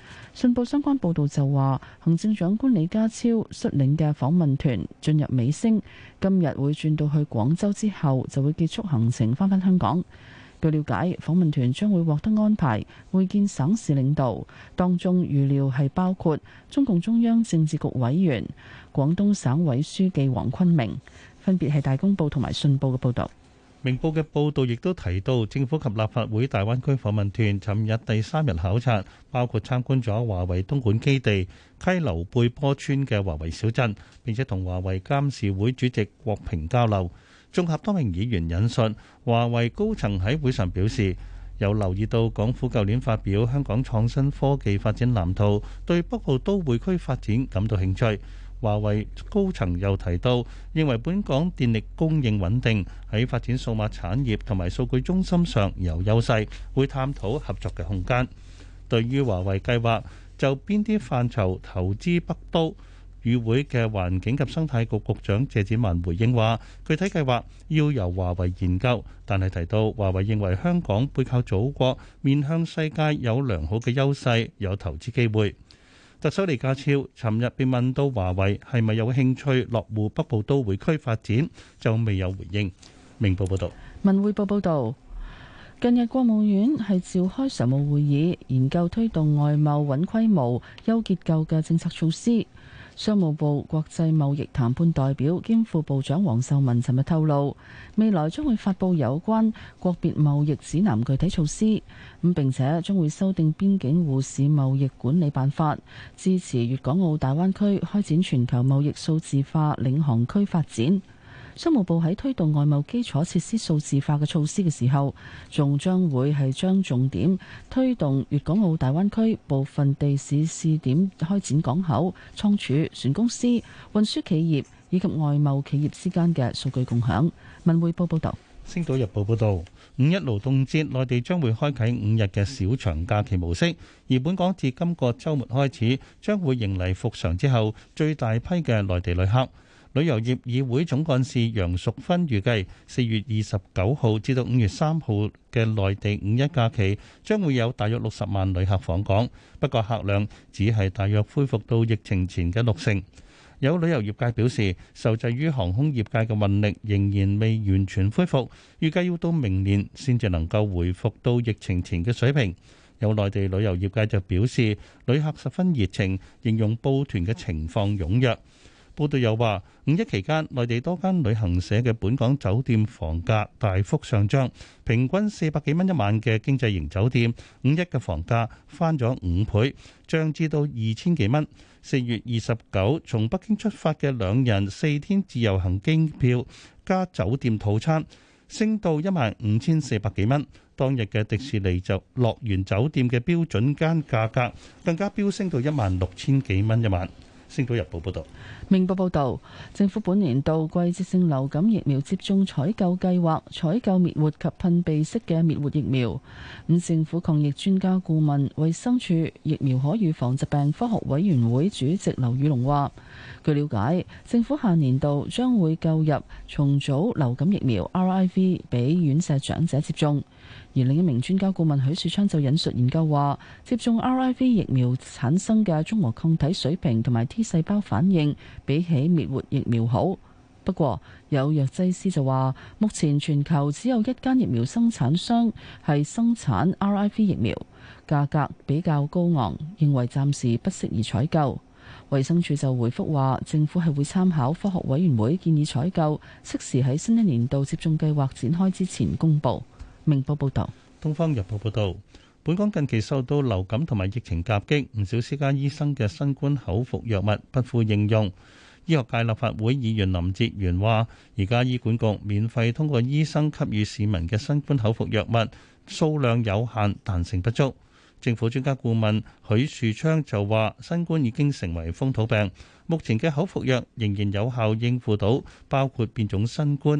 C: 信報相關報導就話，行政長官李家超率領嘅訪問團進入尾聲，今日會轉到去廣州之後就會結束行程返香港。據了解，訪問團將會獲得安排會見省市領導，當中預料係包括中共中央政治局委員、廣東省委書記黃坤明，分別係大公報同埋信報嘅報導。
D: 明報嘅報導亦都提到，政府及立法會大灣區訪問團尋日第3日考察，包括參觀咗華為東莞基地、溪流貝坡村嘅華為小鎮，並且同華為監事會主席郭平交流。綜合多名議員引述，華為高層喺會上表示，有留意到港府舊年發表香港創新科技發展藍圖，對北部都會區發展感到興趣。華為高層又提到，認為本港電力供應穩定，喺發展數碼產業同埋數據中心上有優勢，會探討合作嘅空間。對於華為計劃就邊啲範疇投資北都，與會嘅環境及生態局局長謝展寰回應話，具體計劃要由華為研究，但係提到華為認為香港背靠祖國，面向世界有良好嘅優勢，有投資機會。特首李家超尋日被問到華為係咪有興趣落戶北部都會區發展，就未有回應。明報報道。
C: 文匯報報道，近日國務院係召開常務會議，研究推動外貿穩規模、優結構嘅政策措施。商務部國際貿易談判代表兼副部長黃秀文尋日透露，未來將會發布有關國別貿易指南具體措施，咁並且將會修訂邊境互市貿易管理辦法，支持粵港澳大灣區開展全球貿易數字化領航區發展。商務部喺推動外貿基礎設施數字化嘅措施嘅時候，仲將會係將重點推動粵港澳大灣區部分地市試點開展港口、倉儲、船公司、運輸企業以及外貿企業之間嘅數據共享。文匯報報道。
D: 星島日報報道，五一勞動節內地將會開啟5日嘅小長假期模式，而本港自今個週末開始將會迎嚟復常之後最大批嘅內地旅客。旅遊業議會總幹事楊淑芬預計，4月29號至到5月3號嘅內地五一假期將會有大約60萬旅客訪港，不過客量只係大約恢復到疫情前嘅60%。有旅遊業界表示，受制於航空業界嘅運力仍然未完全恢復，預計要到明年先至能夠回復到疫情前嘅水平。有內地旅遊業界就表示，旅客十分熱情，形容報團嘅情況踴躍。報道又話，五一期間，內地多間旅行社嘅本港酒店房價大幅上漲，平均400幾蚊一晚嘅經濟型酒店，五一嘅房價翻咗5倍，漲至到2000幾蚊。4月29從北京出發嘅2人4天自由行機票加酒店套餐，升到15400幾蚊。當日嘅迪士尼就樂園酒店嘅標準間價格更加飆升到16000幾蚊一晚。星島日報報道。
C: 明報報道，政府本年度季節性流感疫苗接種採購計劃採購滅活及噴鼻式嘅滅活疫苗。政府抗疫專家顧問、衛生署疫苗可預防疾病科學委員會主席劉宇龍話，據了解，政府下年度將會購入重組流感疫苗 RIV 俾院舍長者接種。而另一名專家顧問許樹昌就引述研究話，接種 RIV 疫苗產生嘅中和抗體水平同埋 T 細胞反應比起滅活疫苗好。不過有藥劑師就話，目前全球只有1間疫苗生產商係生產 RIV 疫苗，價格比較高昂，認為暫時不適宜採購。衛生署就回覆話，政府係會參考科學委員會建議採購，適時喺新一年度接種計劃展開之前公佈。明報報道。
D: 東方日報報道，本港近期受到流感同埋疫情夾擊，唔少私家醫生嘅新冠口服藥物不敷應用。醫學界立法會議員林哲玄話，而家醫管局免費通過醫生給予市民嘅新冠口服藥物數量有限，彈性不足。政府專家顧問許樹昌就話，新冠已經成為風土病，目前嘅口服藥仍然有效應付到包括變種新冠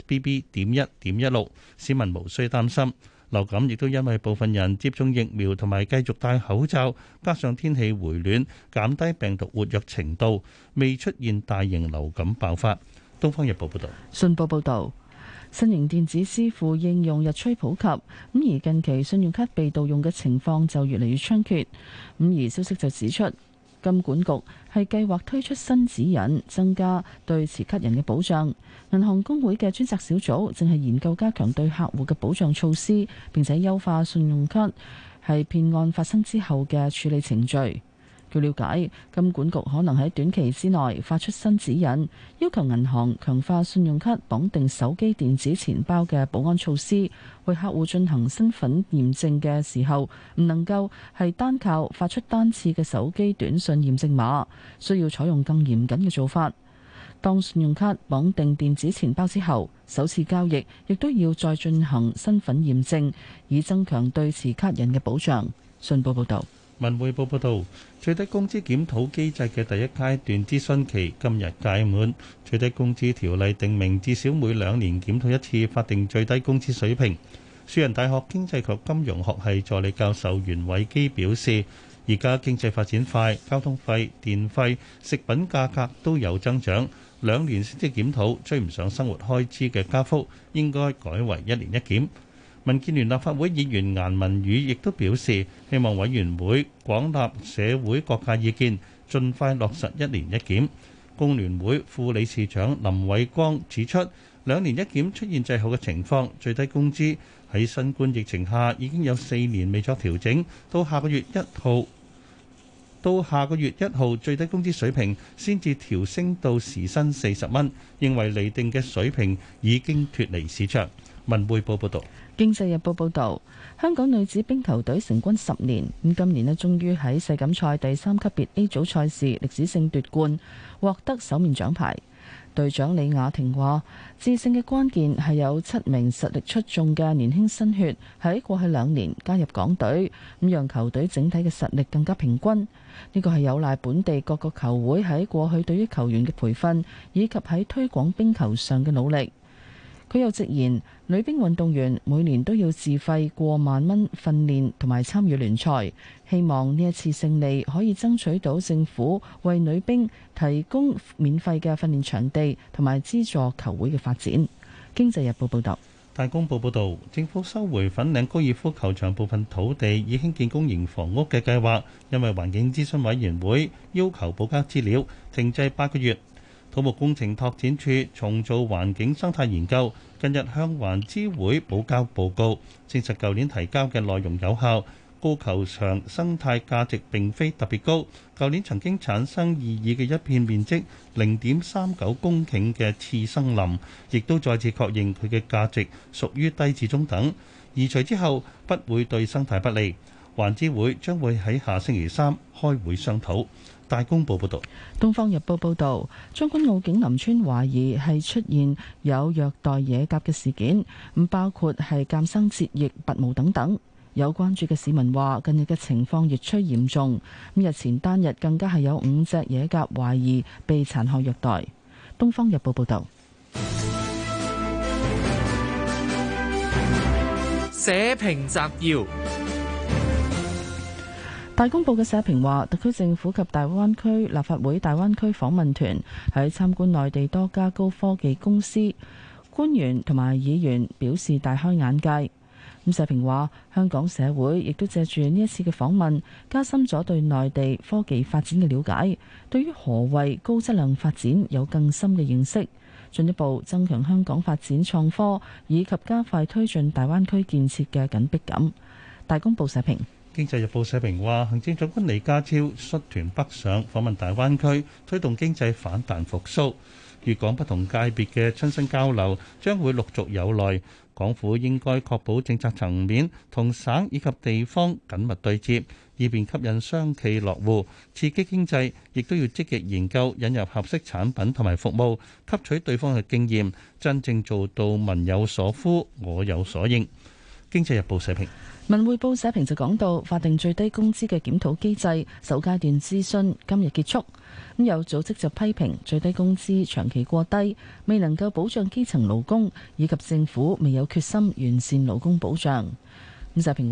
D: XBB.1.16， 市民無需擔心。流感亦都因為部分人接種疫苗同埋繼續戴口罩，加上天氣回暖，減低病毒活躍程度，未出現大型流感爆發。東方日報報道。
C: 信報報道， 新型電子支付應用日趨普及，咁而近期信用卡被盜用嘅情況就越嚟越猖獗。咁而消息就指出，金管局係計劃推出新指引，增加對持卡人嘅保障。銀行公會嘅專責小組正係研究加強對客戶嘅保障措施，並且優化信用卡係騙案發生之後嘅處理程序。據了解，金管局可能喺短期之內發出新指引，要求銀行強化信用卡綁定手機電子錢包嘅保安措施，為客戶進行身份驗證嘅時候，唔能夠係單靠發出單次嘅手機短信驗證碼，需要採用更嚴謹嘅做法。當信用卡綁定電子錢包之後，首次交易亦都要再進行身份驗證，以增強對持卡人嘅保障。信報報導。
D: 文匯報報導，最低工資檢討機制嘅第一階段諮詢期今日屆滿。最低工資條例定明至少每2年檢討一次法定最低工資水平。樹仁大學經濟及金融學系助理教授袁偉基表示，而家經濟發展快，交通費、電費、食品價格都有增長，2年先至檢討，追唔上生活開支嘅加幅，應該改為1年一檢。民建聯立法會議員顏文宇亦都表示，希望委員會廣納社會各界意見，盡快落實1年一檢。工聯會副理事長林偉光指出，2年一檢出現滯後嘅情況，最低工資喺新冠疫情下已經有4年未作調整，到下個月1號最低工資水平先至調升到時薪40蚊，認為釐定嘅水平已經脫離市場。文匯報報導。
C: 經濟日報報導，香港女子冰球隊成軍10年，咁今年終於喺世錦賽第3級別 A 組賽事歷史性奪冠，獲得首面獎牌。隊長李雅婷話：致勝嘅關鍵係有7名實力出眾嘅年輕新血喺過去2年加入港隊，咁讓球隊整體嘅實力更加平均。呢個係有賴本地各個球會喺過去對於球員嘅培訓以及喺推廣冰球上嘅努力。佢又直言，女兵運動員每年都要自費過萬蚊訓練同埋參與聯賽，希望呢一次勝利可以爭取到政府為女兵提供免費嘅訓練場地同埋資助球會嘅發展。經濟日報報道。
D: 大公報報導，政府收回粉嶺高爾夫球場部分土地以興建公營房屋嘅計劃，因為環境諮詢委員會要求補交資料，停滯8個月。土木工程拓展署重做環境生態研究，近日向環諮會補交報告，證實舊年提交嘅內容有效。高球場生態價值並非特別高，舊年曾經產生異議嘅一片面積0.39公頃嘅次生林，亦都再次確認佢嘅價值屬於低至中等。移除之後不會對生態不利。環諮會將會喺下星期3開會商討。大公報報導，
C: 《東方日報》報導，將軍澳景林村懷疑係出現有虐待野鴿嘅事件，咁包括係監生折翼、拔毛等等。有關注嘅市民話，近日嘅情況越趨嚴重，咁日前單日更加係有5隻野鴿懷疑被殘害虐待。《東方日報》報導。
J: 社評摘要。
C: 大公報嘅社評話，特區政府及大灣區立法會大灣區訪問團喺參觀內地多家高科技公司，官員同埋議員表示大開眼界。咁社評話，香港社會亦都借住呢一次嘅訪問，加深咗對內地科技發展嘅了解，對於何謂高質量發展有更深嘅認識，進一步增強香港發展創科以及加快推進大灣區建設嘅緊迫感。大公報社評。
D: 經濟日報社評話，行政長官李家超率團北上訪問大灣區，推動經濟反彈復甦。粵港不同界別嘅親身交流將會陸續有來，港府應該確保政策層面同省以及地方緊密對接，以便吸引商企落戶，刺激經濟，亦都要積極研究引入合適產品同埋服務，吸取對方嘅經驗，真正做到民有所呼，我有所應。經濟日報社評。
C: 文匯報社評就講到，法定最低工資嘅檢討機制首階段諮詢今日結束，咁有組織就批評最低工資長期過低，未能夠保障基層勞工，以及政府未有決心完善勞工保障。咁社評話，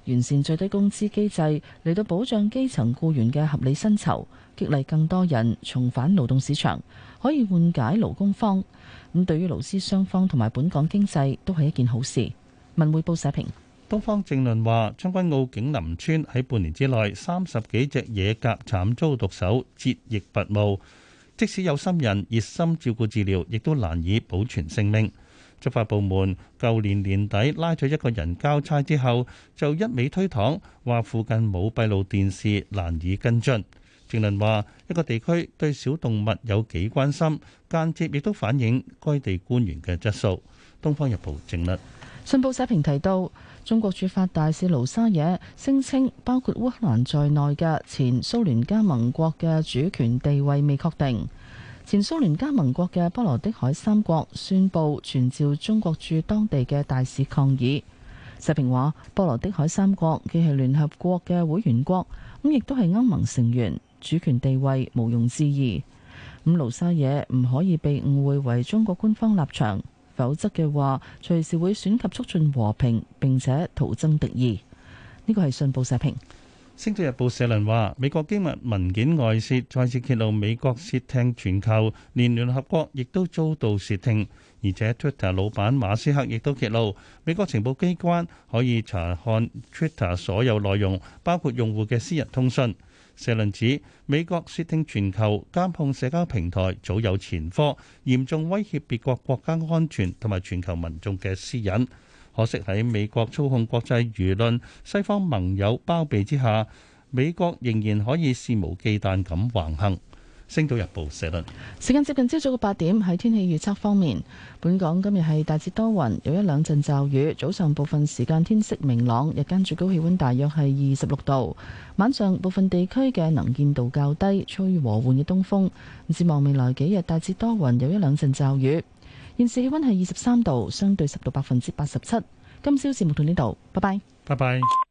C: 完善最低工資機制嚟到保障基層僱員嘅合理薪酬，激勵更多人重返勞動市場，可以緩解勞工荒。咁對於勞資雙方同埋本港經濟都係一件好事。文匯報社評。
D: 東方正論話，將軍澳景林村喺半年之內30幾隻野鴿慘遭毒手折翼拔毛，即使有心人熱心照顧治療，亦都難以保存性命。執法部門舊年年底拉咗一個人交差之後，就一味推搪，話附近冇閉路電視，難以跟進。正論話，一個地區對小動物有幾關心，間接亦都反映該地官員嘅質素。《東方日報》正論。
C: 信報社評提到，中國駐法大使盧沙野聲稱，包括烏克蘭在內嘅前蘇聯加盟國嘅主權地位未確定。前蘇聯加盟國嘅波羅的海三國宣布傳召中國駐當地嘅大使抗議。社評話，波羅的海三國既係聯合國嘅會員國，咁亦都係歐盟成員，主權地位毋庸置疑。咁盧沙野唔可以被誤會為中國官方立場，否則嘅話，隨時會損及促進和平，並且徒增敵意。呢個係信報社評。
D: 《星島日報》社論話，美國機密文件外泄，再次揭露美國竊聽全球，連聯合國亦都遭到竊聽。而且 Twitter 老闆馬斯克亦都揭露，美國情報機關可以查看 Twitter 所有內容，包括用戶嘅私人通訊。社論指美國竊聽全球，監控社交平台早有前科，嚴重威脅別國國家安全同埋全球民眾嘅私隱。可惜喺美國操控國際輿論、西方盟友包庇之下，美國仍然可以肆無忌憚咁橫行。星島日報社論。
C: 時間接近朝早嘅8點，喺天氣預測方面，本港今日係大致多雲，有一兩陣驟雨，早上部分時間天色明朗，日間最高氣溫大約係26度，晚上部分地區嘅能見度較低，吹和緩嘅東風。展望未來幾日大致多雲，有一兩陣驟雨。現時氣溫係23度，相對濕度87%。今朝節目到呢度，拜拜。
D: 拜拜。